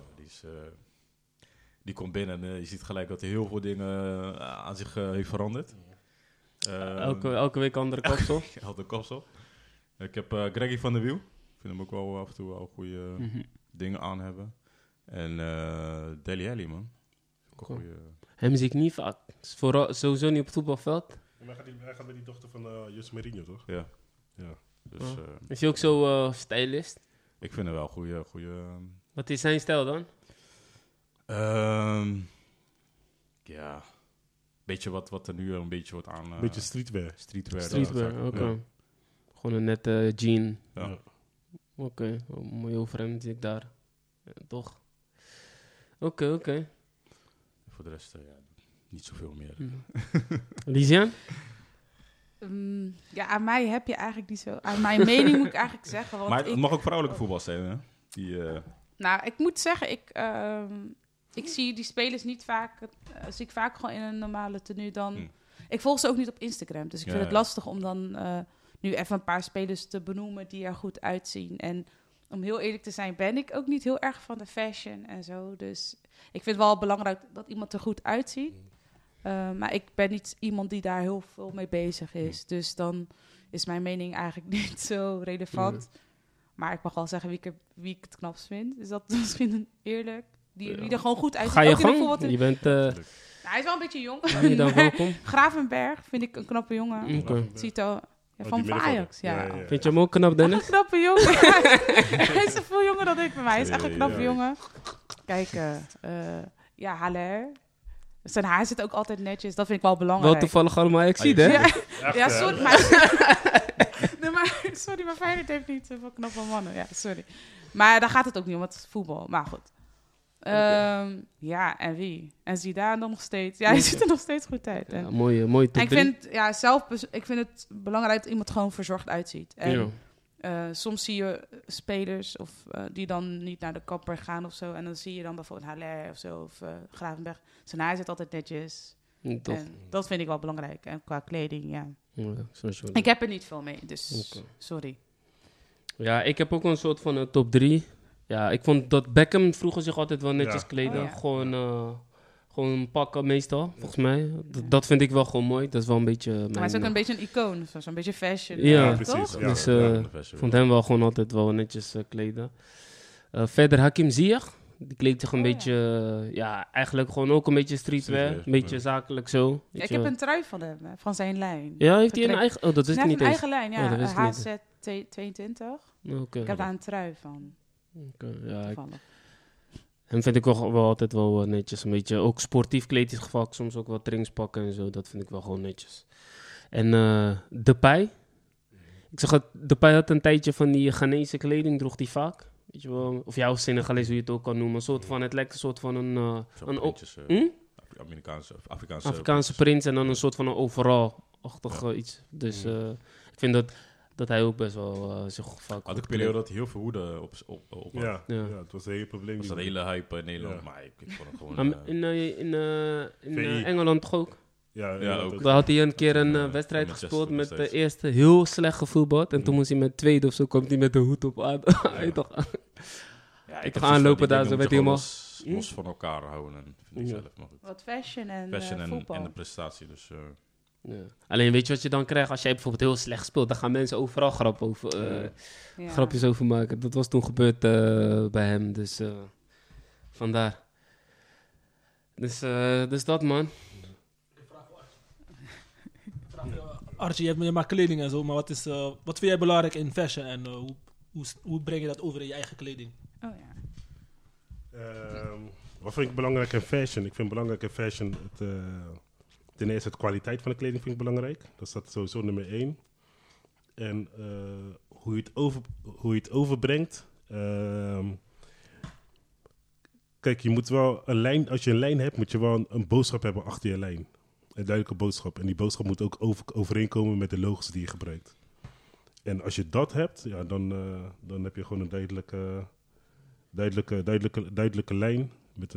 Die komt binnen en je ziet gelijk dat hij heel veel dingen aan zich heeft veranderd. Elke week andere kapsel. Hij had een kapsel. Ik heb Greggy van der Wiel. Ik vind hem ook wel af en toe wel goede dingen aan hebben. En Dele Alli, man. Ook een goeie, Hem zie ik niet vaak. Is vooral sowieso niet op het voetbalveld. Maar hij gaat met die dochter van Jose Mourinho, toch? ja. Ja. Dus Is hij ook zo stylist? ik vind hem wel goede. Wat is zijn stijl dan? Ja. Beetje wat er nu een beetje wordt aan... Beetje streetwear. streetwear. Streetwear, dat oké. ja. Gewoon een nette jean. Ja. Oké, mooi over hem zie ik daar. Ja, toch? Oké. Voor de rest, niet zoveel meer. Lisiane? Ja, aan mij heb je eigenlijk niet zo... Aan mijn mening moet ik eigenlijk zeggen. Want Maar het ik, mag ook vrouwelijke voetbal zijn, hè? nou, ik moet zeggen, ik zie die spelers niet vaak... zie ik vaak gewoon in een normale tenue dan... Ik volg ze ook niet op Instagram. Dus ik vind Ja, het ja. lastig om dan nu even een paar spelers te benoemen die er goed uitzien. En om heel eerlijk te zijn, ben ik ook niet heel erg van de fashion en zo. Dus ik vind het wel belangrijk dat iemand er goed uitziet. Maar ik ben niet iemand die daar heel veel mee bezig is. Dus dan is mijn mening eigenlijk niet zo relevant. Maar ik mag wel zeggen wie ik het knapst vind. Is dat misschien eerlijk? Die er gewoon goed uitziet. Ga je Ook in de gang? voetbal- Je bent Nou, hij is wel een beetje jong. hier dan welkom. Gravenberg vind ik een knappe jongen. Oké. Ziet er Oh, van die Ajax. middenvelder. Ja. Vind je hem ook knap, Echt Dennis? een knappe jongen. Hij is veel jonger dan ik bij mij. Hij is echt een knappe Ja. jongen. Kijk, ja, Haller. Zijn haar zit ook altijd netjes. Dat vind ik wel belangrijk. Wel toevallig allemaal ik zie, hè? Ja, Echt, ja, hè? sorry. Maar, nee, maar Feyenoord heeft niet zoveel knappe mannen. Ja, sorry. Maar daar gaat het ook niet om, het is voetbal. Maar goed. Ja, en wie? En Zidane dan nog steeds. Ja, hij ziet er nog steeds goed uit. Ja, En, mooie en top ik 3. vind, ik vind het belangrijk dat iemand gewoon verzorgd uitziet. En soms zie je spelers die dan niet naar de kapper gaan of zo. En dan zie je dan bijvoorbeeld Haller of zo, of Gravenberg. Zijn haar zit altijd netjes. Tof. En dat vind ik wel belangrijk. En qua kleding, ja. Ja, zo. Ik heb er niet veel mee, dus Oké. sorry. Ja, ik heb ook een soort van top 3. Ja, ik vond dat Beckham vroeger zich altijd wel netjes Ja. kleden. Oh, ja. Gewoon pakken meestal, volgens mij. Dat vind ik wel gewoon mooi. Dat is wel een beetje Maar hij is ook mijn... een beetje een icoon, zo'n beetje fashion. Ja, precies. Toch? Ja, Dus, ja. Ik vond hem wel gewoon altijd wel netjes kleden. Verder Hakim Ziyech. Die kleedt zich een Oh, ja. beetje... eigenlijk gewoon ook een beetje streetwear. Streetwear, Een beetje ja. zakelijk zo. Ja, weet ik je heb wel. een trui van hem, van zijn lijn. Ja, heeft hij een gekregen. eigen... Oh, dat wist Hij ik heeft niet een eens. eigen lijn, Oh, dat ja. wist ik niet. HZ22. Oké. Ik heb daar een trui van, Oké, ja, toevallig. hem vind ik wel altijd wel netjes. Een beetje ook sportief kleed hij zich vaak. Soms ook wat trainingspakken en zo. Dat vind ik wel gewoon netjes. En Depay. Ik zag dat Depay had een tijdje van die Ghanese kleding. Droeg die vaak. Weet je wel. Of of Senegalees, hoe je het ook kan noemen. Een soort van, het lijkt een soort van een Afrikaanse prins. En dan een soort van een overal-achtig iets. Dus ik vind dat hij ook best wel zich vaak... Had ik goed een periode dat hij heel veel hoeden op had. Ja, Ja. ja, het was een heel probleem. Dat was een hele hype in Nederland, Ja. maar ik vond het gewoon... In VI. Engeland toch ook? Ja, ook. Daar had hij een keer een Ja, wedstrijd Manchester gespeeld met destijds. de eerste heel slecht gevoetbald. En toen moest hij met tweede of zo, kwam hij met de hoed op aan. Hij toch aan. Ja, Ik heb ga zoiets aanlopen van, daar, die zo dingen werd moet hij je gewoon los van elkaar houden. En vind ik Ja. zelf, maar goed. Wat fashion en Fashion voetbal. en de prestatie, dus... Ja. Alleen weet je wat je dan krijgt als jij bijvoorbeeld heel slecht speelt? Dan gaan mensen overal Ja. grapjes over maken. Dat was toen gebeurd bij hem, dus vandaar. Dus dat, man. Archie, je maakt kleding en zo, maar wat vind jij belangrijk in fashion en hoe breng je dat over in je eigen kleding? Oh ja. Wat vind ik belangrijk in fashion? Ik vind belangrijk in fashion ten eerste de kwaliteit van de kleding vind ik belangrijk. Dat staat sowieso nummer 1. En hoe je het overbrengt. Kijk, je moet wel een lijn, als je een lijn hebt, moet je wel een boodschap hebben achter je lijn. Een duidelijke boodschap. En die boodschap moet ook overeenkomen met de logos die je gebruikt. En als je dat hebt, ja, dan heb je gewoon een duidelijke lijn met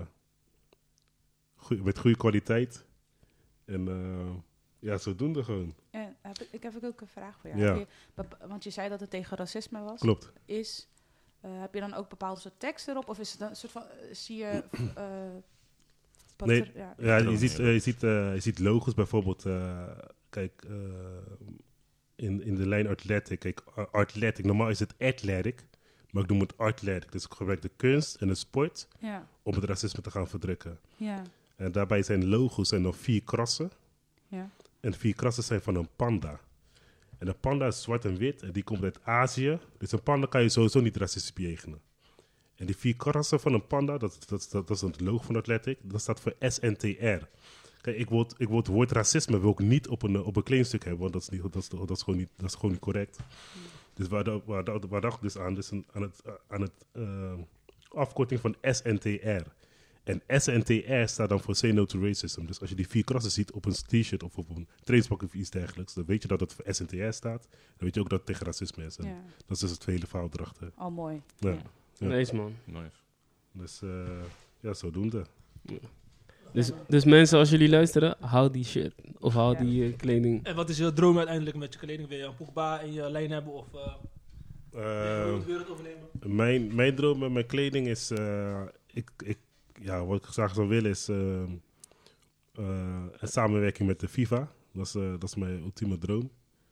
met goede kwaliteit. En ja, zodoende gewoon. En ik heb ook een vraag voor jou. Ja. Want je zei dat het tegen racisme was. Klopt. Heb je dan ook bepaalde soort tekst erop? Of is het een soort van, zie je... Nee, ja. Ja, je ziet logos bijvoorbeeld. Kijk, in de lijn Athletic. Kijk, Athletic. Normaal is het athletic. Maar ik noem het Athletic. Dus ik gebruik de kunst en de sport Ja, om het racisme te gaan verdrukken. ja, En daarbij zijn logo's en dan 4 krassen. ja. En 4 krassen zijn van een panda. En een panda is zwart en wit en die komt uit Azië. Dus een panda kan je sowieso niet racistisch bejegenen. En die 4 krassen van een panda, dat is het logo van Athletic, dat staat voor SNTR. Kijk, ik het woord racisme wil ik niet op een kledingstuk hebben, want dat is gewoon niet correct. Dus waar dacht ik dus aan? Dus aan het afkorting van SNTR. En SNTR staat dan voor Say No to Racism. Dus als je die 4 krassen ziet op een t-shirt of op een trainingspak of iets dergelijks, dan weet je dat het voor SNTR staat. Dan weet je ook dat het tegen racisme is. En Ja. dat is dus het hele verhaal erachter. Al mooi. Ja. Ja. Ja. Nice, man. Nice. Dus ja, zodoende. Dus mensen, als jullie luisteren, hou die shit. Of hou Ja. die kleding. En wat is je droom uiteindelijk met je kleding? Wil je een Pogba in je lijn hebben of wil je het wereld overnemen? Mijn droom met mijn kleding is... wat ik graag zou willen is... een samenwerking met de FIFA. Dat is mijn ultieme droom.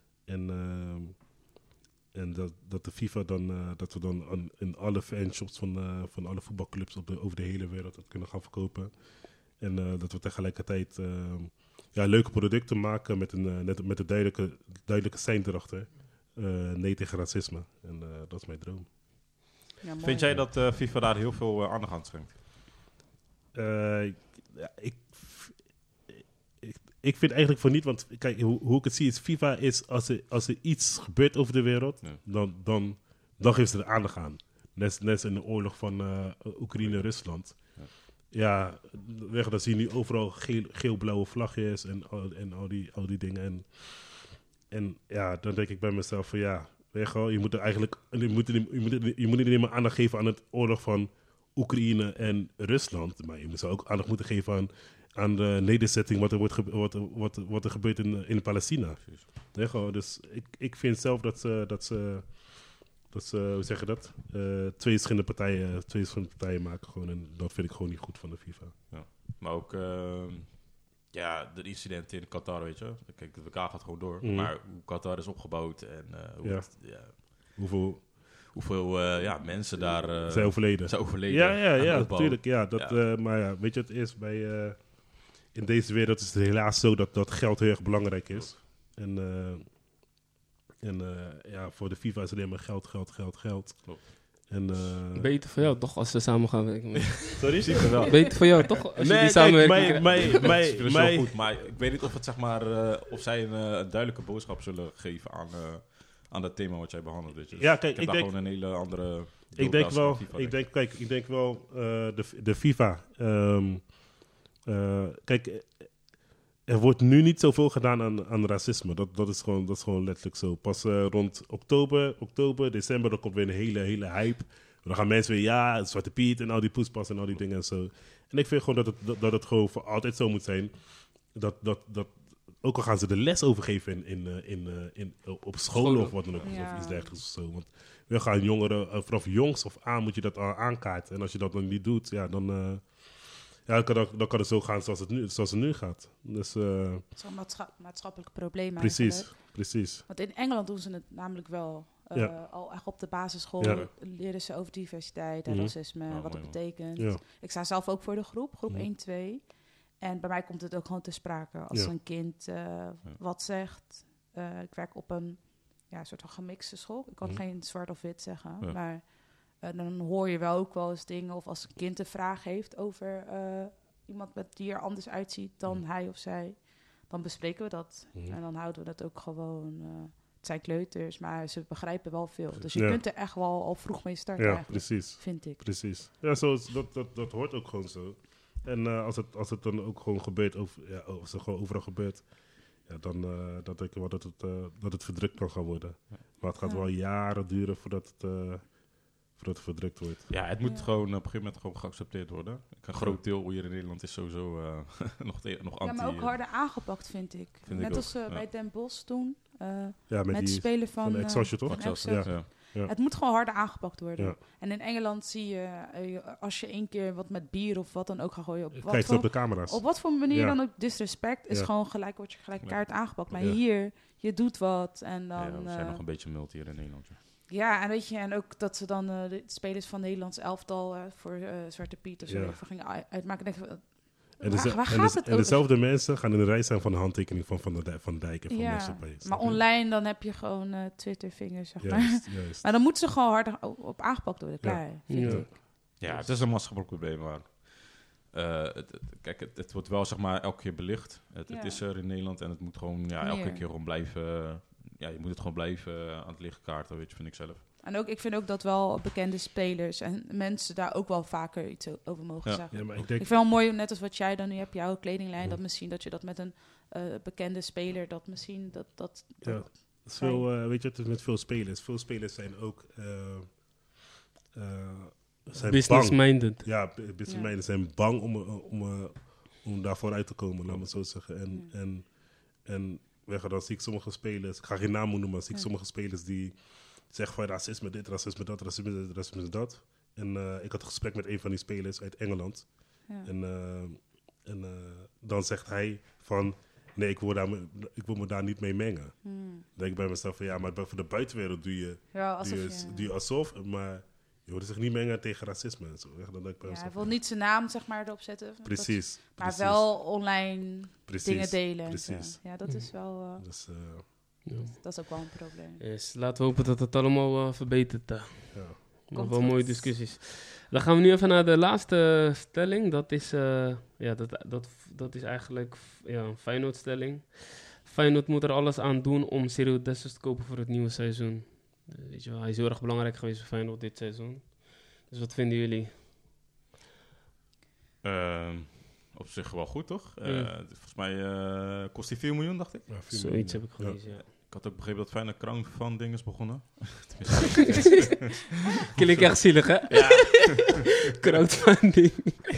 En dat de FIFA dan... dat we dan in alle fanshops van alle voetbalclubs over de hele wereld dat kunnen gaan verkopen. En dat we tegelijkertijd... leuke producten maken met een duidelijke sein erachter. Nee tegen racisme. En dat is mijn droom. Ja, mooi. Vind jij dat FIFA daar heel veel aandacht aan schenkt? Ik vind eigenlijk van niet, want kijk, hoe ik het zie is, FIFA is, als er iets gebeurt over de wereld, Ja. dan geeft ze er aandacht aan. Net in de oorlog van Oekraïne-Rusland. Ja, dan zie je nu overal geel-blauwe vlagjes en al die dingen. En ja, dan denk ik bij mezelf van ja, weet je wel, je moet niet alleen maar aandacht geven aan het oorlog van Oekraïne en Rusland, maar je zou ook aandacht moeten geven aan de nederzetting wat er gebeurt in Palestina. Weet je wel, dus ik vind zelf dat ze hoe zeg je dat? Twee verschillende partijen maken gewoon, en dat vind ik gewoon niet goed van de FIFA. Ja. Maar ook de incidenten in Qatar, weet je. Kijk, de WK gaat gewoon door. Mhm. Maar hoe Qatar is opgebouwd en Ja. Hoeveel mensen daar zijn overleden? zijn overleden. aan de Ja, opbouw. natuurlijk. Ja, maar ja, weet je wat het is? In deze wereld is het helaas zo dat geld heel erg belangrijk is. En voor de FIFA is het alleen maar geld. Klopt. En, Beter voor jou toch als ze samen gaan werken. sorry? Zeker wel. Beter voor jou toch als je die Nee, samenwerking kijk, krijgt. Ik vind het zo goed, maar ik weet niet of het zeg maar of zij een duidelijke boodschap zullen geven aan dat thema wat jij behandelt. Weet je. Dus Ja, kijk, ik heb daar gewoon een hele andere. Ik denk wel, de FIFA. Kijk, er wordt nu niet zoveel gedaan aan racisme. Dat is gewoon letterlijk zo. Pas rond oktober, december, dan komt weer een hele hype. Dan gaan mensen weer, Zwarte Piet en al die poespas en al die dingen en zo. En ik vind gewoon dat het gewoon voor altijd zo moet zijn. Dat ook al gaan ze de les overgeven op scholen of wat dan ook, Ja. of iets dergelijks of zo. Want we gaan jongeren, vanaf jongs of aan moet je dat al aankaarten. En als je dat dan niet doet, dan kan het zo gaan zoals het nu gaat. Dus, Het is een maatschappelijk probleem eigenlijk. precies. Want in Engeland doen ze het namelijk wel. Al echt op de basisschool Ja. leren ze over diversiteit en Mhm. racisme, wat het mooi, betekent. Ja. Ik sta zelf ook voor de groep Mhm. 1, 2. En bij mij komt het ook gewoon te sprake. Als Ja. een kind wat zegt. Ik werk op een soort van gemixte school. Ik kan Mhm. geen zwart of wit zeggen. Ja. Maar dan hoor je wel ook wel eens dingen. Of als een kind een vraag heeft over iemand die er anders uitziet dan hij of zij. Dan bespreken we dat. Mhm. En dan houden we dat ook gewoon. Het zijn kleuters, maar ze begrijpen wel veel. Dus je Ja. kunt er echt wel al vroeg mee starten, Ja, eigenlijk, precies. vind ik. Precies. Ja, dat hoort ook gewoon zo. En als het dan ook gewoon gebeurt, als het gewoon overal gebeurt, dan denk ik wel dat het verdrukt kan gaan worden. Maar het gaat Ja. wel jaren duren voordat het verdrukt wordt. Ja, het moet Ja. gewoon op een gegeven moment gewoon geaccepteerd worden. Een groot deel hier in Nederland is sowieso nog anti. Ja, maar ook harder aangepakt, vind ik. Vind ik Net als ook, ja. bij Den Bosch toen. Ja, Met die spelen van Excelsior toch? van Excelsior, Excelsior. ja. Het moet gewoon harder aangepakt worden. Ja. En in Engeland zie je, als je 1 keer wat met bier of wat dan ook gaat gooien, Kijk ze op de camera's. op wat voor manier Ja. dan ook disrespect, is Ja. gewoon gelijk, word je gelijk Ja. kaart aangepakt. Maar Ja. hier, je doet wat en Ja, dan... we zijn nog een beetje mild hier in Nederland. Ja. Ja, en weet je, en ook dat ze dan de spelers van Nederlands elftal voor Zwarte Piet of zo Ja. even gingen uitmaken. Denk ik, En waar gaat het over? dezelfde mensen gaan in de rij staan van de handtekening van Van Dijk en van Ja, Maatschappij. maar online dan heb je gewoon Twitter-vingers, zeg maar. Juist. Maar dan moeten ze gewoon harder op aangepakt worden, Ja. klaar, vind Ja. ik. Ja, het is een maatschappelijk probleem, maar het wordt wel zeg maar elke keer belicht. Het Ja. is er in Nederland en het moet gewoon elke Meer. keer gewoon blijven. Je moet het gewoon blijven aan het licht kaarten, weet je, vind ik zelf. En ook, ik vind ook dat wel bekende spelers en mensen daar ook wel vaker iets over mogen Ja. zeggen. Ja, maar ik Ik denk, vind het wel mooi, net als wat jij dan nu hebt, jouw kledinglijn, Ja. dat misschien dat je dat met een bekende speler, dat misschien dat Ja. het is veel, weet je, het is met veel spelers. Veel spelers zijn ook zijn bang. Business-minded. Ja, businessmen zijn bang om daar vooruit te komen, laat me het zo zeggen. En dan zie ik sommige spelers, ik ga geen naam noemen, maar zie ik sommige spelers die zeggen van racisme dit, racisme dat, racisme dit, racisme dat. En ik had een gesprek met een van die spelers uit Engeland. Ja. En dan zegt hij van, nee, ik wil me daar niet mee mengen. Dan denk ik bij mezelf van, ja, maar voor de buitenwereld doe je alsof, maar je wil zich niet mengen tegen racisme en zo. Dan denk ik bij mezelf, hij wil niet zijn naam zeg maar erop zetten. Precies. Maar wel online dingen delen. Precies. Ja, dat is wel... Dus, dat is ook wel een probleem. Yes, laten we hopen dat het allemaal verbetert. ja. Nog wel mooie discussies. Dan gaan we nu even naar de laatste stelling. Dat is, dat is eigenlijk een Feyenoord-stelling. Feyenoord moet er alles aan doen om Cyril Dessers te kopen voor het nieuwe seizoen. Weet je wel, hij is heel erg belangrijk geweest voor Feyenoord dit seizoen. Dus wat vinden jullie? Op zich wel goed, toch? Volgens mij kost hij 4 miljoen, dacht ik. Ja, Zoiets heb ik gelezen, ja. Ik had ook begrepen dat Feyenoord crowdfunding is begonnen. Klinkt echt zielig, hè? Ja. Crowdfunding.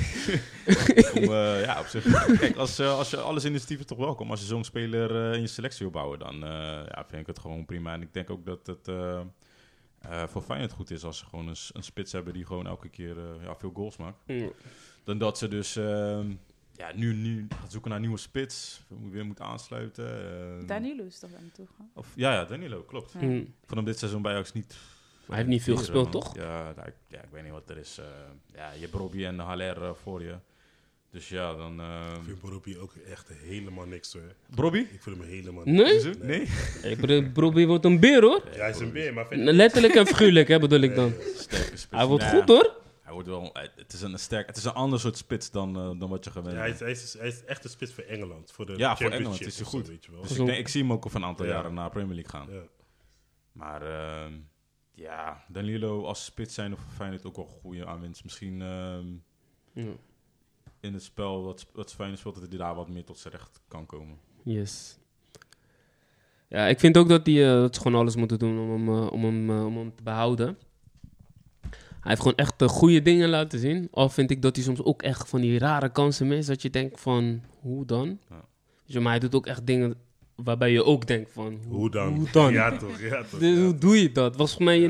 Op zich. Kijk, als je alles initiatieven toch welkom. Als je zo'n speler in je selectie wil bouwen, dan vind ik het gewoon prima. En ik denk ook dat het voor Feyenoord goed is als ze gewoon een spits hebben die gewoon elke keer veel goals maakt. Dan dat ze dus nu gaat zoeken naar een nieuwe spits. Weer moet aansluiten. Danilo is toch aan naartoe gaan? Ja, Danilo, klopt. Ja. Ik vond hem dit seizoen bij Ajax niet... Hij heeft niet veel gespeeld, toch? Ja, ik weet niet wat er is. Je hebt Robbie en Haller voor je. Dus ja, dan... Ik vind Brobbey ook echt helemaal niks hoor. Brobbey? Ik vind hem helemaal niks. Nee? Nee? Brobbey wordt een beer, hoor. Ja, hij is een beer, maar... Letterlijk en figuurlijk, hè, bedoel ik dan. Sterke spits. Hij wordt goed, hoor. Hij wordt wel... Het is een ander soort spits dan wat je gewend Ja, bent. hij is echt een spits voor Engeland. Voor de Ja, voor Championship Engeland is hij of zo, goed. weet je wel. Dus ik zie hem ook over een aantal jaren naar Premier League gaan. Ja. Maar Danilo als spits zijn of Feyenoord ook wel een goede aanwinst. Misschien in het spel wat Feyenoord speelt, dat hij daar wat meer tot zijn recht kan komen. Yes. Ja, ik vind ook dat ze gewoon alles moeten doen om hem te behouden. Hij heeft gewoon echt goede dingen laten zien. Al vind ik dat hij soms ook echt van die rare kansen mist. Dat je denkt van, hoe dan? Ja. Maar hij doet ook echt dingen waarbij je ook denkt van... Hoe dan? Hoe dan? Ja, toch. Dus hoe doe je dat? Was voor mij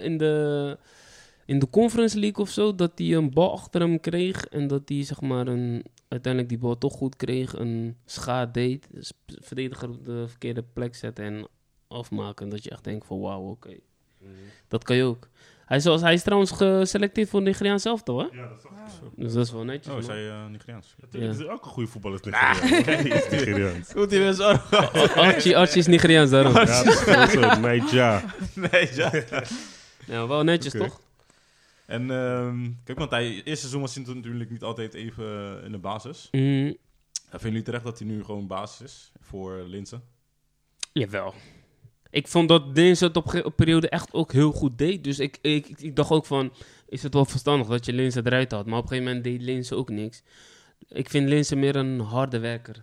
in de Conference League of zo... dat hij een bal achter hem kreeg... en dat hij zeg maar uiteindelijk die bal toch goed kreeg... een schaad deed... Dus verdediger op de verkeerde plek zetten en afmaken. Dat je echt denkt van wauw, oké. Dat kan je ook. Hij is trouwens geselecteerd voor Nigeriaans zelf, toch? Hè? Ja, dat is ook zo. Dus dat is wel netjes. Oh, is man. hij Nigeriaans? Natuurlijk is er ook een goede voetballer is Nigeriaans. Goed, die is ook. Archie is Nigeriaans daarom. Ja, dat is wel zo. Naija. Nee, ja. Ja, wel netjes, Oké. toch? En kijk, want hij eerste seizoen was hij natuurlijk niet altijd even in de basis. Mm, Vinden jullie terecht dat hij nu gewoon basis is voor Linzen? jawel. Ik vond dat Linse het op periode echt ook heel goed deed. Dus ik dacht ook van, is het wel verstandig dat je Linse eruit had? Maar op een gegeven moment deed Linse ook niks. Ik vind Linse meer een harde werker.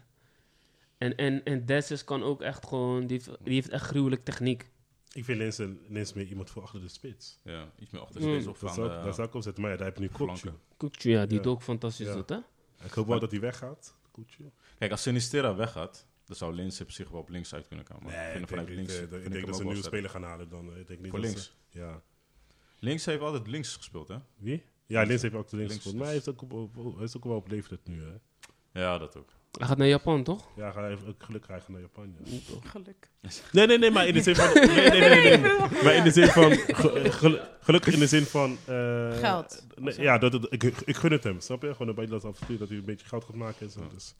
En Dessers kan ook echt gewoon, die heeft echt gruwelijk techniek. Ik vind Lens meer iemand voor achter de spits. Ja, iets meer achter de spits of Daar zou ik op zetten. Maar ja, daar heb je nu Kokje. flanken. Koekje, ja, die Ja. het ook fantastisch Ja. doet, hè? Ik hoop wel dat hij weggaat. Kokje. Kijk, als Sinistera weggaat, dan zou Linzen op zich wel op links uit kunnen komen. Nee, vind ik vanuit denk, niet, links ik vind denk hem dat ook ze een wel nieuwe sterk. speler gaan halen dan. Ik denk niet Voor dat links? Ze, ja. Links heeft altijd links gespeeld, hè? Wie? Ja, Lens heeft ook de links Links gespeeld. Maar hij is ook wel op leeftijd nu, hè? Ja, dat ook. Hij gaat naar Japan, toch? Ja, hij heeft ook geluk krijgen naar Japan, ja. Geluk. Nee, maar in de zin van... Nee. Maar in de zin van... Gelukkig in de zin van... Geld. Nee, ja, ik gun het hem, snap je? Gewoon een buitenlands avontuur dat hij een beetje geld gaat maken en zo. Dus.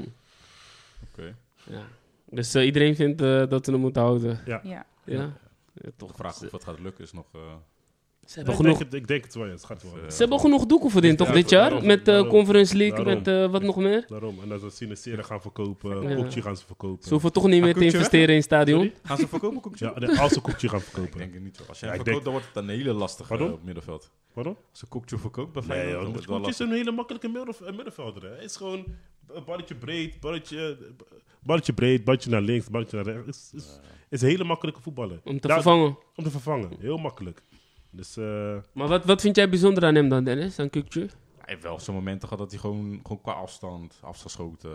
Oké. Ja. Dus iedereen vindt dat we hem moeten houden. Ja. Ja? Ja, De toch. vraag of het gaat lukken is nog... Ze hebben Ik genoeg... denk het wel, ja. Het gaat wel. Ze Ze hebben genoeg doeken verdiend, toch, Ja, dit jaar? daarom, Met de daarom. Conference League, Daarom. met wat nog meer? Daarom. En als ze Sinistera gaan verkopen, Ja. Kokje gaan ze verkopen. Ze hoeven toch niet meer te Koekje investeren in het stadion? Sorry? Gaan ze verkopen, Koekje? Ja, als ze Kokje gaan Ik verkopen. denk het niet zo. Als jij Ja, hem ik verkoopt, dan wordt het een hele lastige Pardon? op middenveld. Pardon? Als ze Koekje verkoopt bij Nee, Feyenoord, joh. dan wordt het wel Kokje is lastig. een hele makkelijke middenvelder. Hè. Hij is gewoon een balletje breed, balletje breed, balletje naar links, balletje naar rechts. Is een hele makkelijke voetballer. Om te Daar- vervangen. Om te vervangen. Heel makkelijk. Dus Maar wat vind jij bijzonder aan hem dan, Dennis? Aan Kukcu? hij heeft wel zo'n momenten gehad dat hij gewoon qua afstand afgeschoten.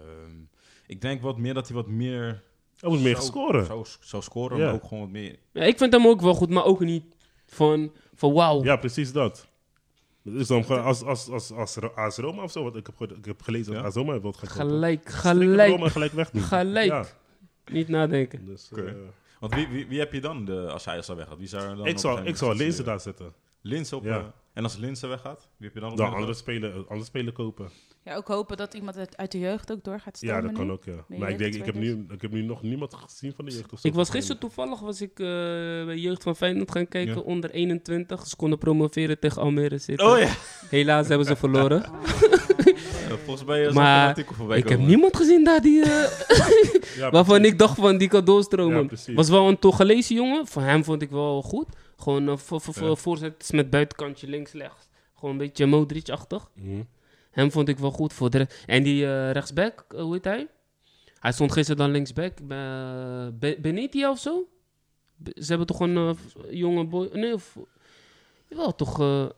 Ik denk wat meer dat hij wat meer... Hij moet meer scoren. Zou scoren, Ja. maar ook gewoon wat meer... Ja, ik vind hem ook wel goed, maar ook niet van wauw. Ja, precies dat. Dus dan gewoon als AS Roma of zo, want ik heb gelezen dat AS Roma wil gaan kopen. Gelijk. weg doen. Gelijk. Ja. Niet nadenken. Dus, Oké. Want wie heb je dan als hij zou weggaat? Wie zou er dan ik zou Linse daar zetten. Linse op... Ja. En als Linse weggaat, wie heb je dan op? Dan andere spelen kopen. Ja, ook hopen dat iemand uit de jeugd ook door gaat Ja, stromen dat kan nu. ook, ja. Nee, Maar ik denk, jeugd ik heb nu nog niemand gezien van de jeugd. Of zo. Ik was gisteren toevallig bij jeugd van Feyenoord gaan kijken, onder 21. Ze konden promoveren tegen Almere City. Oh ja! Helaas hebben ze verloren. Volgens mij is Maar een artikel voorbij Ik heb komen. niemand gezien daar die, Ja, waarvan precies. ik dacht van die kan doorstromen. Ja, precies. Was wel een Togolese jongen. Van hem vond ik wel goed. Gewoon Ja. voorzet met buitenkantje links-rechts. Gewoon een beetje Modric-achtig. Mhm. Hem vond ik wel goed voor de en die rechtsback, hoe heet hij? Hij stond gisteren dan linksback. Benetia of zo? Ze hebben toch een jonge boy... Nee, wel toch...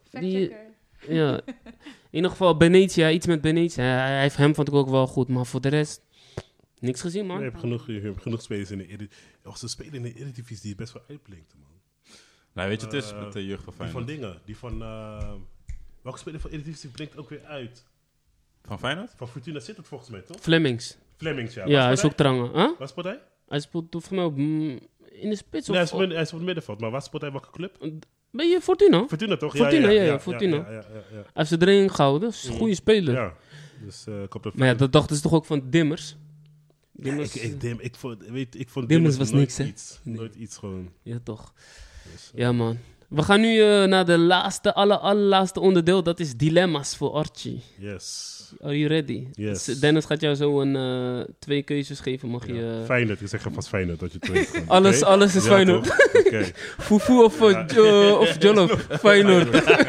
Ja. In ieder geval Benetia, iets met Benetia. Hem vond ik ook wel goed, maar voor de rest... Niks gezien, man. Nee, je hebt genoeg spelers in de Eredivisie. Ze spelen in de Eredivisie die best wel uitblinkt, man. Nee, weet je, het is met de jeugd van Die van Feyenoord. dingen. Die van... welke speler van Eredivisie blinkt ook weer uit? Van Feyenoord? Van Fortuna zit het volgens mij, toch? Flemings. Flemings, ja. Ja, hij is ook trangen. Huh? Waar speelt hij? Hij speelt voor mij in de spits. Nee, Of, hij is op het middenveld. Maar waar speelt hij? Welke club? ben je Fortuna? Fortuna, toch? Fortuna, ja, Fortuna. Ja. Hij heeft ze erin gehouden. Dat is een goede speler. Ja. Dus ik hoop dat... Maar ja, dat dachten ze toch ook van Dimmers? Dimmers, Ik vond Dimmers was nooit niks, hè? iets. Nooit iets gewoon. ja, toch. Dus, Ja, man. We gaan nu naar de allerlaatste onderdeel. Dat is dilemma's voor Archie. Yes. Are you ready? Yes. Dus Dennis gaat jou zo twee keuzes geven. Mag je... Feyenoord, ik zeg vast Feyenoord dat je het weet. gewoon. Alles, Oké? alles is Ja, Feyenoord. toch? Oké. Fufu of Jollof? Feyenoord.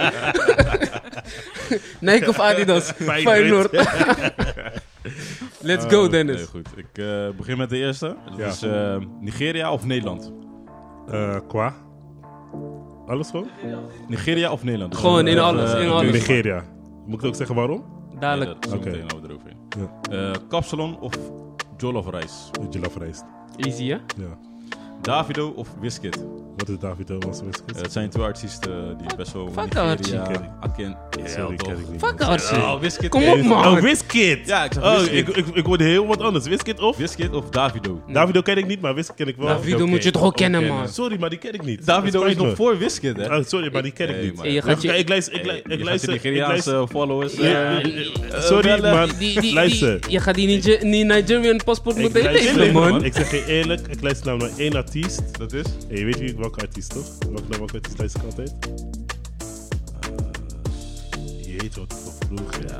Nike of Adidas? Feyenoord. Let's go, Dennis. Nee, goed. Ik begin met de eerste. Dat Ja. is Nigeria of Nederland? Qua? Alles gewoon? Nigeria of Nederland? Gewoon in alles, in alles. Nigeria. Moet ik ook zeggen waarom? Dadelijk. Nee, dat is Oké. meteen over eroverheen. Kapsalon of jollof rice? Jollof rijst. Easy, hè? Ja. Davido of Wizkid? Wat is David Thomas? Het zijn twee artiesten die best wel Fuck Nigeria Archie. Sorry, ken ik niet. Fuck Archie. Oh, Wizkid. Kom op, man. Oh, Wizkid! Ja, ik zeg Oh, Wizkid. ik hoorde heel wat anders. Wizkid of? Wizkid of Davido? Davido ken ik niet, maar Wizkid ken ik wel. Davido Oké. moet je toch ook kennen, kennen. man. Sorry, maar die ken ik niet. Davido Het is spijt nog me. voor Wizkid, hè? Oh, sorry, maar die ken ik Nee, niet. man. En je gaat je... Ik luister. Nigeriaanse followers. Sorry, maar luister. Je gaat die Nigerian paspoort Ik meteen luister, nemen, man. man. Ik zeg je eerlijk, ik luister nou naar één artiest. Dat is? En je weet welke artiest, toch? Welke artiest luister ik altijd? Jeetje, wat voor vroeg. Ja.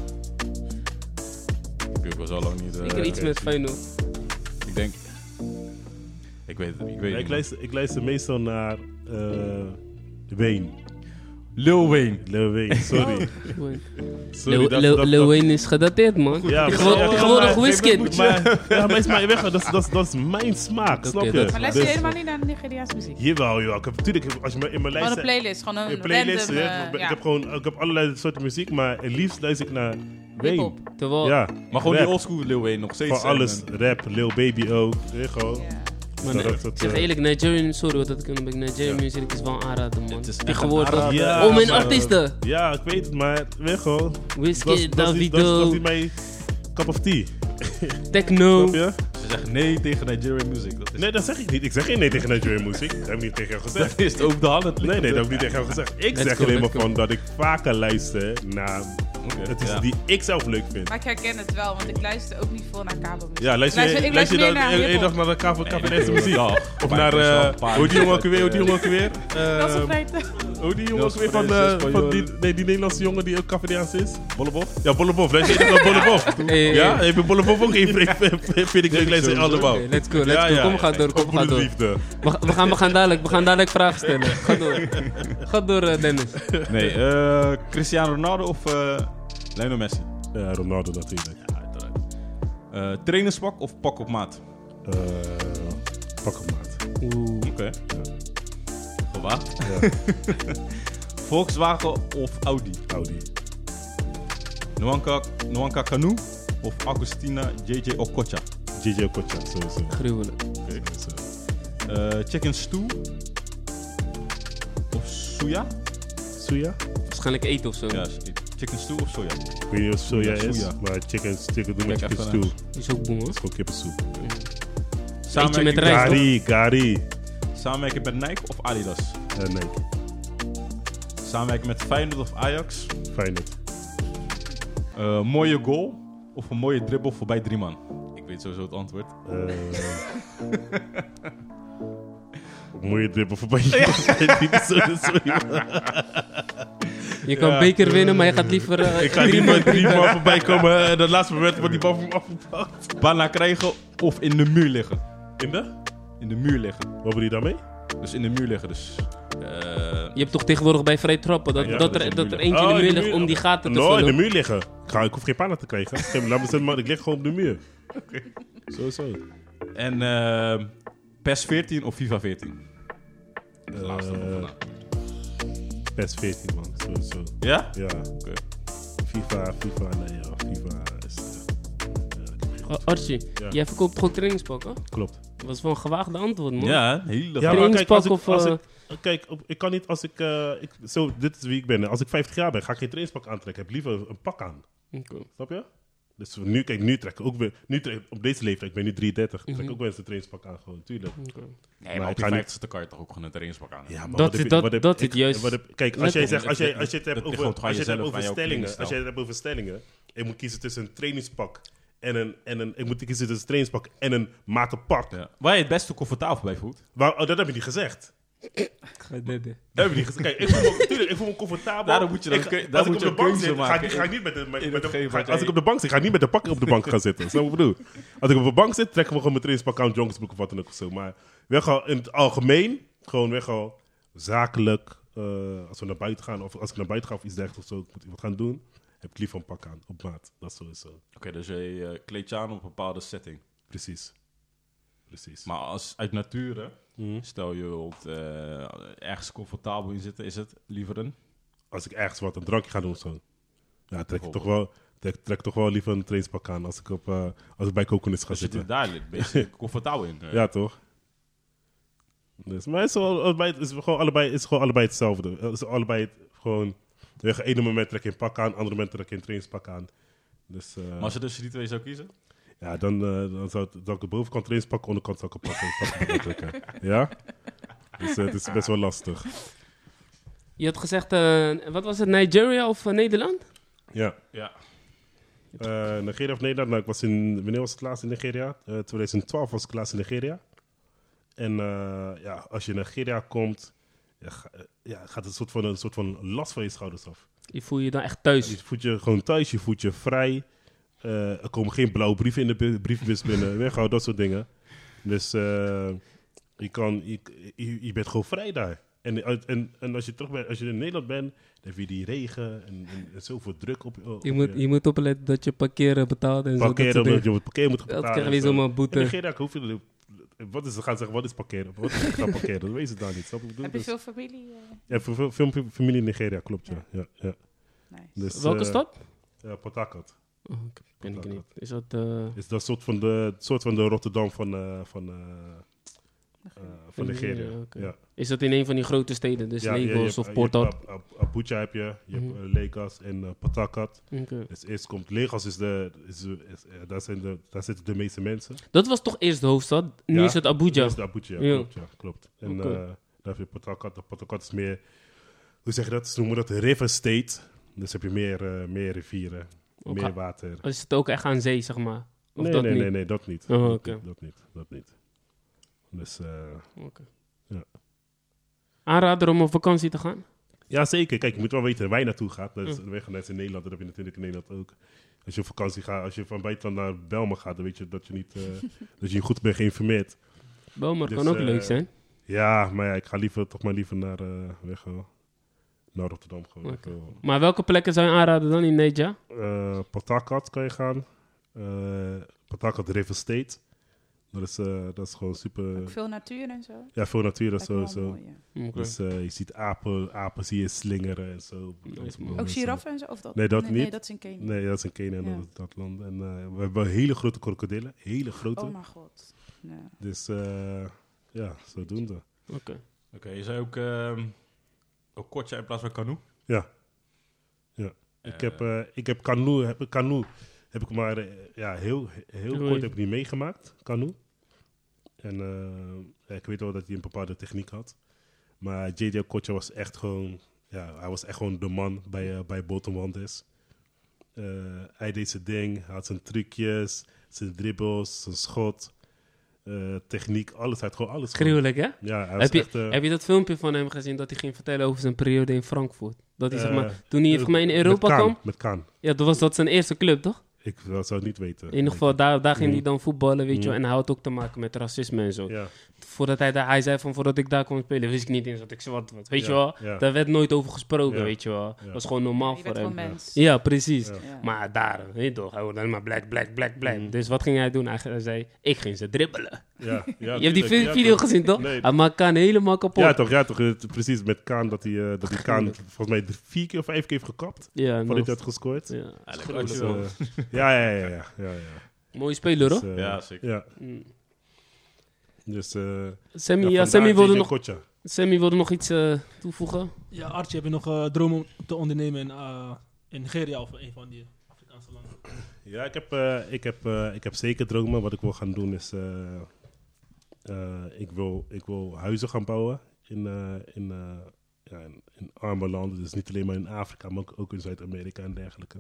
Ik was al lang niet... Zeker iets met Feyenoord. Ik denk... Ik weet het niet. Ik luister meestal naar Wayne. Lil Wayne. Lil Wayne, sorry. Sorry, Lil Wayne is gedateerd, man. Ja, Tegenwoordig Wizkid. Maar is maar weg, dat is mijn smaak, snap je? dat- Maar luister je Dus- helemaal niet naar de Nigeriaanse muziek? Jawel, joh. Natuurlijk, als je me in mijn lijst... Gewoon een playlist, gewoon een Een playlist, random... ja. Ik heb allerlei soorten muziek, maar het liefst luister ik naar Wayne. Hip-hop. Terwijl, Ja, Maar gewoon die rap. oldschool Lil Wayne nog steeds. Voor alles, rap, Lil Baby ook, weet je gewoon. Ja. maar Dat- nee, dat- ik zeg eerlijk, Nigerian, sorry hoor, dat ik een beetje Nigerian Ja. muziek is wel een aanrader, man. Het is echt Tegenwoordig. een aanrader. Ja, Oh, mijn maar- artiesten. Ja, ik weet het, maar weet je gewoon. Wizkid, Dat is Davido, niet mijn cup of tea, Techno. snap je? Ze zeggen nee tegen Nigerian music. Dat is, Nee, dat zeg ik niet. Ik zeg geen nee tegen Nigerian muziek. Dat heb ik niet tegen jou gezegd. dat is het ook de hand. Nee, dat heb ik niet tegen jou gezegd. Ik Let's zeg go, alleen maar let's go. van dat ik vaker luister naar artiesten die ik zelf leuk vind. Maar ik herken het wel, want ik luister ook niet veel naar kabelmuziek. Ja, luister Ik je luister dan meer naar één hiphop. dag naar de KVNS muziek? Ja, Of naar, hoe die jongen ook weer, Dat is een feite. Hoe die jongen ook weer van die Nederlandse jongen die ook Cafedeaans is? Bollebof? Ja, Bollebof. Luister je nog naar Bollebof? Hey, Ja, heb je Bollebof ook even, vind ik leuk, luister je allemaal. Oké, let's go, let's go. Kom, ga door, kom, ga door. Liefde. We gaan dadelijk vragen stellen. Ga door. Ga door, Dennis. Nee, Cristiano Ronaldo of Lionel Messi? Ja, Ronaldo natuurlijk. Ja, uiteraard. Trainerspak of pak op maat? Pak hem, maat. Oeh. Oké. Gewaagd. Ja, Volkswagen of Audi? Audi. Nwanka Kanu of Agustina JJ Okocha? JJ Okocha, sowieso. Gruwelijk. Chicken stew of soja? Soja? Waarschijnlijk eten of zo. Ja, chicken stew of soja? Ik weet niet of soja is, Soja. maar chicken doe met Kijk chicken even stew. naar. Die is ook boem, Dat hoor. is gewoon kippensoep. Eentje met rijst, Gari. Samenwerken met Nike of Adidas? Nee, Samenwerken met Feyenoord of Ajax? Feyenoord. Mooie goal of een mooie dribbel voorbij 3 man? Ik weet sowieso het antwoord. Mooie dribbel voorbij. Je kan beker winnen, maar je gaat liever... Ik ga niet met 3 man voorbij komen en dat laatste moment wordt die bal van me afgepakt. Bana krijgen of in de muur liggen? In de? In de muur liggen. Wat bedoel je daarmee? Dus in de muur liggen. Dus, Je hebt toch tegenwoordig bij vrij trappen dat, Ja, dat er eentje in de muur ligt om die gaten te in de vullen. muur liggen. Ik hoef geen panna te krijgen. Laat me zeggen, man, ik lig gewoon op de muur. Sowieso. En PES 14 of FIFA 14? Laatste nog vandaag. PES 14, man. Sowieso. Ja? Ja. Oké. FIFA, nee, ja. FIFA is... Archie, Ja. jij verkoopt gewoon trainingspakken? Klopt. Dat was wel een gewaagde antwoord, man. Ja, een hele Ja, maar Trainingspak kijk, of... ik kan niet als dit is wie ik ben. Als ik 50 jaar ben, ga ik geen trainingspak aantrekken. Ik heb liever een pak aan. Oké. Snap je? Dus nu trek ik ook weer... op deze leeftijd, ik ben nu 33, trek ik ook weer eens een trainingspak aan. Gewoon, tuurlijk. Oké. Nee, maar ik op je ga 50ste kan je toch ook gewoon een trainingspak aan. Ja, maar Dat is het juist. Kijk, als jij zegt, Dat als je het ligt hebt gewoon over, aan jezelf, aan jouw stellingen, kledingstijl. als je het hebt over stellingen, ik moet kiezen tussen een trainingspak en ik moet kiezen tussen een trainingspak en een matenpak. Ja. Waar je het beste comfortabel bij voelt. Dat heb je niet gezegd. Ga dit. Dat heb je niet gezegd. Kijk, ik voel me comfortabel. Daarom moet je dan als ik op de een bank keuze zit, maken. ga ik niet met hetgeen wat als jij- ik op de bank zit, ga ik niet met de pak op de bank gaan zitten. Snap je wat ik bedoel? Als ik op de bank zit, trekken we gewoon mijn trainingspak aan, joggingsbroek of wat dan ook of zo. Maar weg al in het algemeen, gewoon weg al zakelijk, als we naar buiten gaan of als ik naar buiten ga of iets dergelijks of zo, ik moet wat gaan doen, heb ik liever een pak aan, op maat. Dat is sowieso. Oké, dus je kleedt je aan op een bepaalde setting. Precies. Maar als uit nature, Mhm. stel je wilt ergens comfortabel in zitten, is het liever een... Als ik ergens wat een drankje ga doen of zo, ja, trek toch wel liever een trainingspak aan als ik bij Coconuts ga Als je zitten. het daar een beetje comfortabel in. Ja, toch? Dus, maar het is gewoon allebei hetzelfde. Het is allebei gewoon... Op het ene moment trek je een pak aan, andere moment trek je een trainingspak aan. Dus, Maar als je tussen die twee zou kiezen? ja, dan zou ik de bovenkant trainingspak, onderkant zou ik een pak trekken. Ja? Dus het is best wel lastig. Je had gezegd, wat was het, Nigeria of Nederland? Ja. Ja. Nigeria of Nederland? Nou, wanneer was het laatst in Nigeria? 2012 was ik laatst in Nigeria. En ja, als je in Nigeria komt, gaat een soort van last van je schouders af. Je voel je dan echt thuis. Je voelt je gewoon thuis, je voelt je vrij. Er komen geen blauwe brieven in de brievenbus binnen. Weghouden, dat soort dingen. Dus je bent gewoon vrij daar. En als je terug bent, als je in Nederland bent, dan heb je die regen en zoveel druk op Je moet opletten dat je parkeren betaalt en zo. parkeren, dat je het parkeer moet Dat betalen. krijg je en zo. zomaar In boete. Nigeria hoef je... Ze gaan zeggen, wat is parkeren? Wat is gaan parkeren? Dat weten ze daar niet. Snap je wat ik Heb bedoel? je Dus- veel familie? ja, veel familie in Nigeria, klopt, ja. Ja. Nice. Dus, Welke stad? Port Harcourt. Oh, ken ik niet. Is dat... Is dat soort van de Rotterdam van Nigeria. oké. Ja. Is dat in een van die grote steden? Dus Ja, je Lagos hebt- of je Port hebt Harcourt? Abuja heb je hebt Lagos en Port Harcourt. Oké. Dus eerst komt Lagos, daar zitten de meeste mensen. Dat was toch eerst de hoofdstad? Nu Ja, is het Abuja. Is het Abuja, Ja. klopt, ja, klopt. En Oké. daar heb je Port Harcourt. Port Harcourt is meer, hoe zeg je dat? Ze noemen dat river state. Dus heb je meer rivieren, Oké. meer water. Is het ook echt aan zee, zeg maar? Of Nee, dat nee, niet? nee, nee, dat niet. Oh, Dat oké. niet, dat niet. Dus, Oké. ja. Aanrader om op vakantie te gaan? ja, zeker. Kijk, je moet wel weten waar je naartoe gaat. Dat is net in Nederland, dat heb je natuurlijk in Nederland ook. Als je op vakantie gaat, als je van buitenland naar Belmen gaat, dan weet je dat je niet, dat je goed bent geïnformeerd. Belmer Dus, kan ook leuk zijn. Ja, maar ja, ik ga toch maar liever naar, naar Rotterdam. Gewoon. Oké. Maar welke plekken zou je aanraden dan in Nigeria? Port Harcourt kan je gaan. Port Harcourt River State. Dat is gewoon super... Ook veel natuur en zo. Ja, veel natuur, dat is Lijkt me wel sowieso. mooi, ja. Oké. Dus je ziet apen zie je slingeren en zo. Nice, man. Ook giraffen en zo? Of dat? Nee, dat Nee, niet. dat is in Kenia. Nee, dat is in Kenia, Ja. dat land. En we hebben hele grote krokodillen. Hele grote. Oh mijn god. Nee. Dus ja, zodoende. Oké. Je zei ook Kortje in plaats van Canoe. Ja. Ik heb canoe heb ik maar heel kort heb ik niet meegemaakt, canoe. En ik weet wel dat hij een bepaalde techniek had. Maar JJ Okocha was echt gewoon, hij was echt gewoon de man bij Bolton Wanderers. Hij deed zijn ding, hij had zijn trucjes, zijn dribbles, zijn schot, techniek, alles. Hij had gewoon alles. Gruwelijk, hè? Ja, hij was Heb je dat filmpje van hem gezien dat hij ging vertellen over zijn periode in Frankfurt? Dat hij, zeg maar, Eh, toen hij voor mij in Europa kwam. Met Kaan. Ja, dat was zijn eerste club, toch? Ik zou het niet weten. In ieder geval, daar ging hij dan voetballen, weet je wel. Mm. En hij had ook te maken met racisme en zo. Ja, Voordat hij zei van, voordat ik daar kon spelen, wist ik niet eens dat ik zwart was. Weet je wel? Ja. Daar werd nooit over gesproken, Ja. weet je wel. Ja. Dat was gewoon normaal Je voor bent hem. gewoon mens. Ja, precies. Ja. Ja. Maar daar, weet je toch, hij hoorde alleen maar black. Mm. Dus wat ging hij doen? Hij zei, ik ging ze dribbelen. Ja, Je hebt die video toch? gezien, toch? Nee. Hij maakt Kaan helemaal kapot. Ja, toch. Precies, met Kaan dat hij Kaan volgens mij 4 keer of 5 keer heeft gekapt. Ja, Voordat hij had gescoord. ja. Eigenlijk Dus, wel. ja. Mooie speler, Dus, hoor. Ja, zeker. Ja, Mm. dus... Sammy wilde nog iets toevoegen. Ja, Archie, heb je nog dromen om te ondernemen in Nigeria of een van die Afrikaanse landen? Ja, ik heb zeker dromen. Wat ik wil gaan doen is... ik wil huizen gaan bouwen in arme landen. Dus niet alleen maar in Afrika, maar ook in Zuid-Amerika en dergelijke.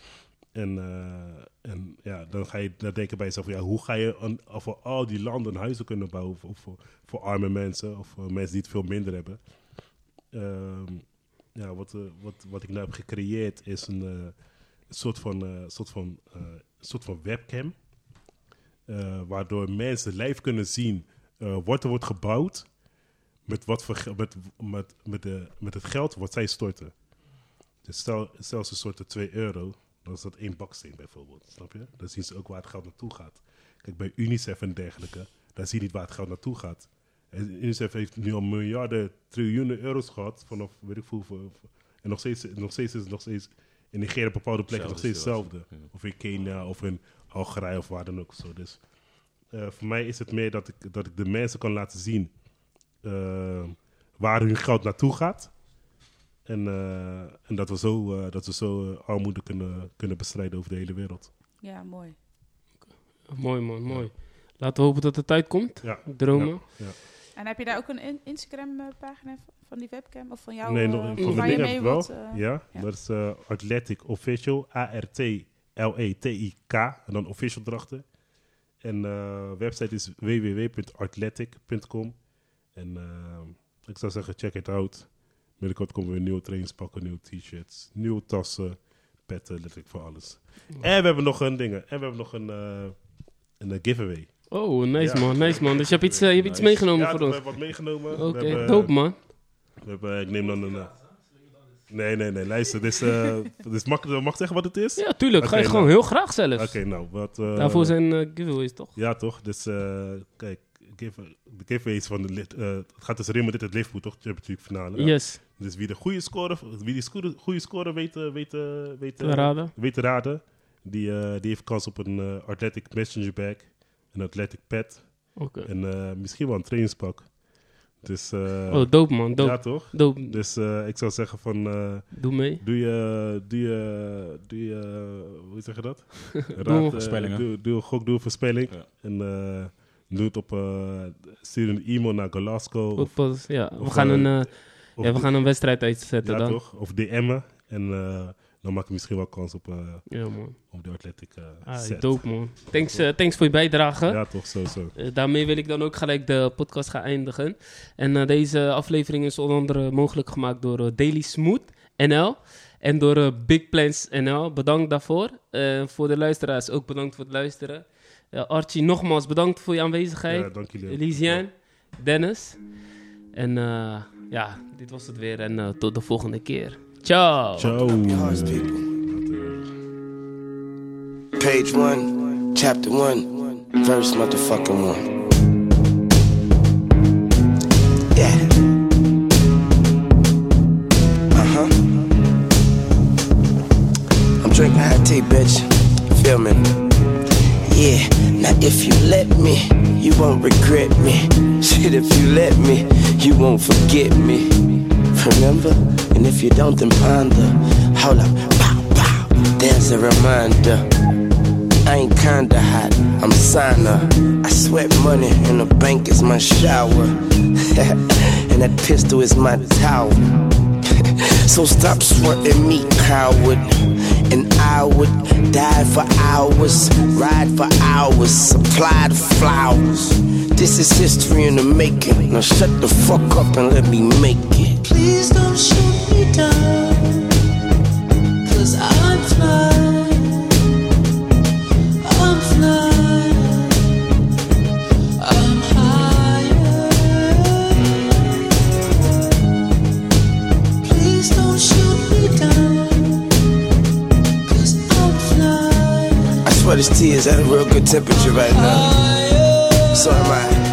En dan denk je bij jezelf, hoe ga je voor al die landen huizen kunnen bouwen voor arme mensen of voor mensen die het veel minder hebben. Wat ik nou heb gecreëerd is een soort van webcam, waardoor mensen live kunnen zien wat er wordt gebouwd met het geld wat zij storten. Dus stel ze storten €2, dan is dat 1 baksteen bijvoorbeeld, snap je? Dan zien ze ook waar het geld naartoe gaat. Kijk, bij UNICEF en dergelijke, daar zie je niet waar het geld naartoe gaat. En UNICEF heeft nu al miljarden, triljoenen euro's gehad, vanaf weet ik hoeveel. En nog steeds in Nigeria bepaalde plekken nog steeds hetzelfde. Ja. Of in Kenia, of in Algerije, of waar dan ook. Zo. Dus voor mij is het meer dat ik de mensen kan laten zien waar hun geld naartoe gaat. En dat we zo armoede kunnen bestrijden over de hele wereld. Ja, mooi. Mooi, man, mooi. Laten we hopen dat de tijd komt. Ja. Dromen. Ja. En heb je daar ook een Instagram-pagina van die webcam? Of van jou? Nee, van waar de je ding heb mee ik wel. wilt? Ja, ja. dat is Athletic Official. ARTLETIK. En dan official erachter. En website is www.athletic.com. En ik zou zeggen, check it out. Binnenkort komen weer nieuwe trainingspakken, nieuwe t-shirts, nieuwe tassen, petten, letterlijk voor alles. En we hebben nog een giveaway. Oh, nice, Ja. man, nice, man. Dus je hebt iets meegenomen Ja, voor we ons. hebben wat meegenomen. Oké, We hebben- dope, man. ik neem dan een... Nee, luister. Dit is makkelijk. Mag ik zeggen wat het is? Ja, tuurlijk. Ga je Oké, gewoon nou. heel graag zelfs. Oké, nou, wat... Daarvoor zijn giveaways, toch? Ja, toch? Dus, kijk, de giveaways van het gaat dus Real Madrid het Liverpool, toch? Champions League finale. Ja. Yes. Dus wie die goede score weet te raden, die heeft kans op een Athletic Messenger Bag, een Athletic Pad Oké. en misschien wel een trainingspak. Dus, Oh, dope, man. Dope. ja, toch? Dope. Dus ik zou zeggen van... Doe mee. Doe je, hoe zeg je dat? Voorspellingen. Doe een gok, doe een voorspelling. Ja. En doe het stuur een e-mail naar Galasco. Goed, pas. Ja, we of, gaan een wedstrijd uitzetten ja, dan. toch? Of DM'en. En dan maak je misschien wel kans op Ja, man. de Athletic Ah, set. dope, man. Thanks voor je bijdrage. Ja, toch? Zo. Daarmee wil ik dan ook gelijk de podcast gaan eindigen. En deze aflevering is onder andere mogelijk gemaakt door Daily Smooth NL en door Big Plans NL. Bedankt daarvoor. Voor de luisteraars ook bedankt voor het luisteren. Archie, nogmaals bedankt voor je aanwezigheid. Ja, dank jullie. Elisiane, Dennis. En ja, dit was het weer. En tot de volgende keer. Ciao. Ciao. Hearts, people. Page 1, chapter 1. First motherfucking one. Yeah. I'm drinking hot tea, bitch. Feel me? Yeah. Now if you let me, you won't regret me. Shit, if you let me, you won't forget me. Remember? And if you don't, then ponder. Hold up. Pow, pow. There's a reminder. I ain't kinda hot, I'm signer. I sweat money and the bank is my shower. And that pistol is my towel. So stop sweating me, coward. And I would die for hours, ride for hours, supply the flowers. This is history in the making. Now shut the fuck up and let me make it. Please don't shoot me down, 'cause I'm flying. I'm flying, I'm higher. Please don't shoot me down, 'cause I'm flying. I swear this tea is at a real good temperature right now. So am I.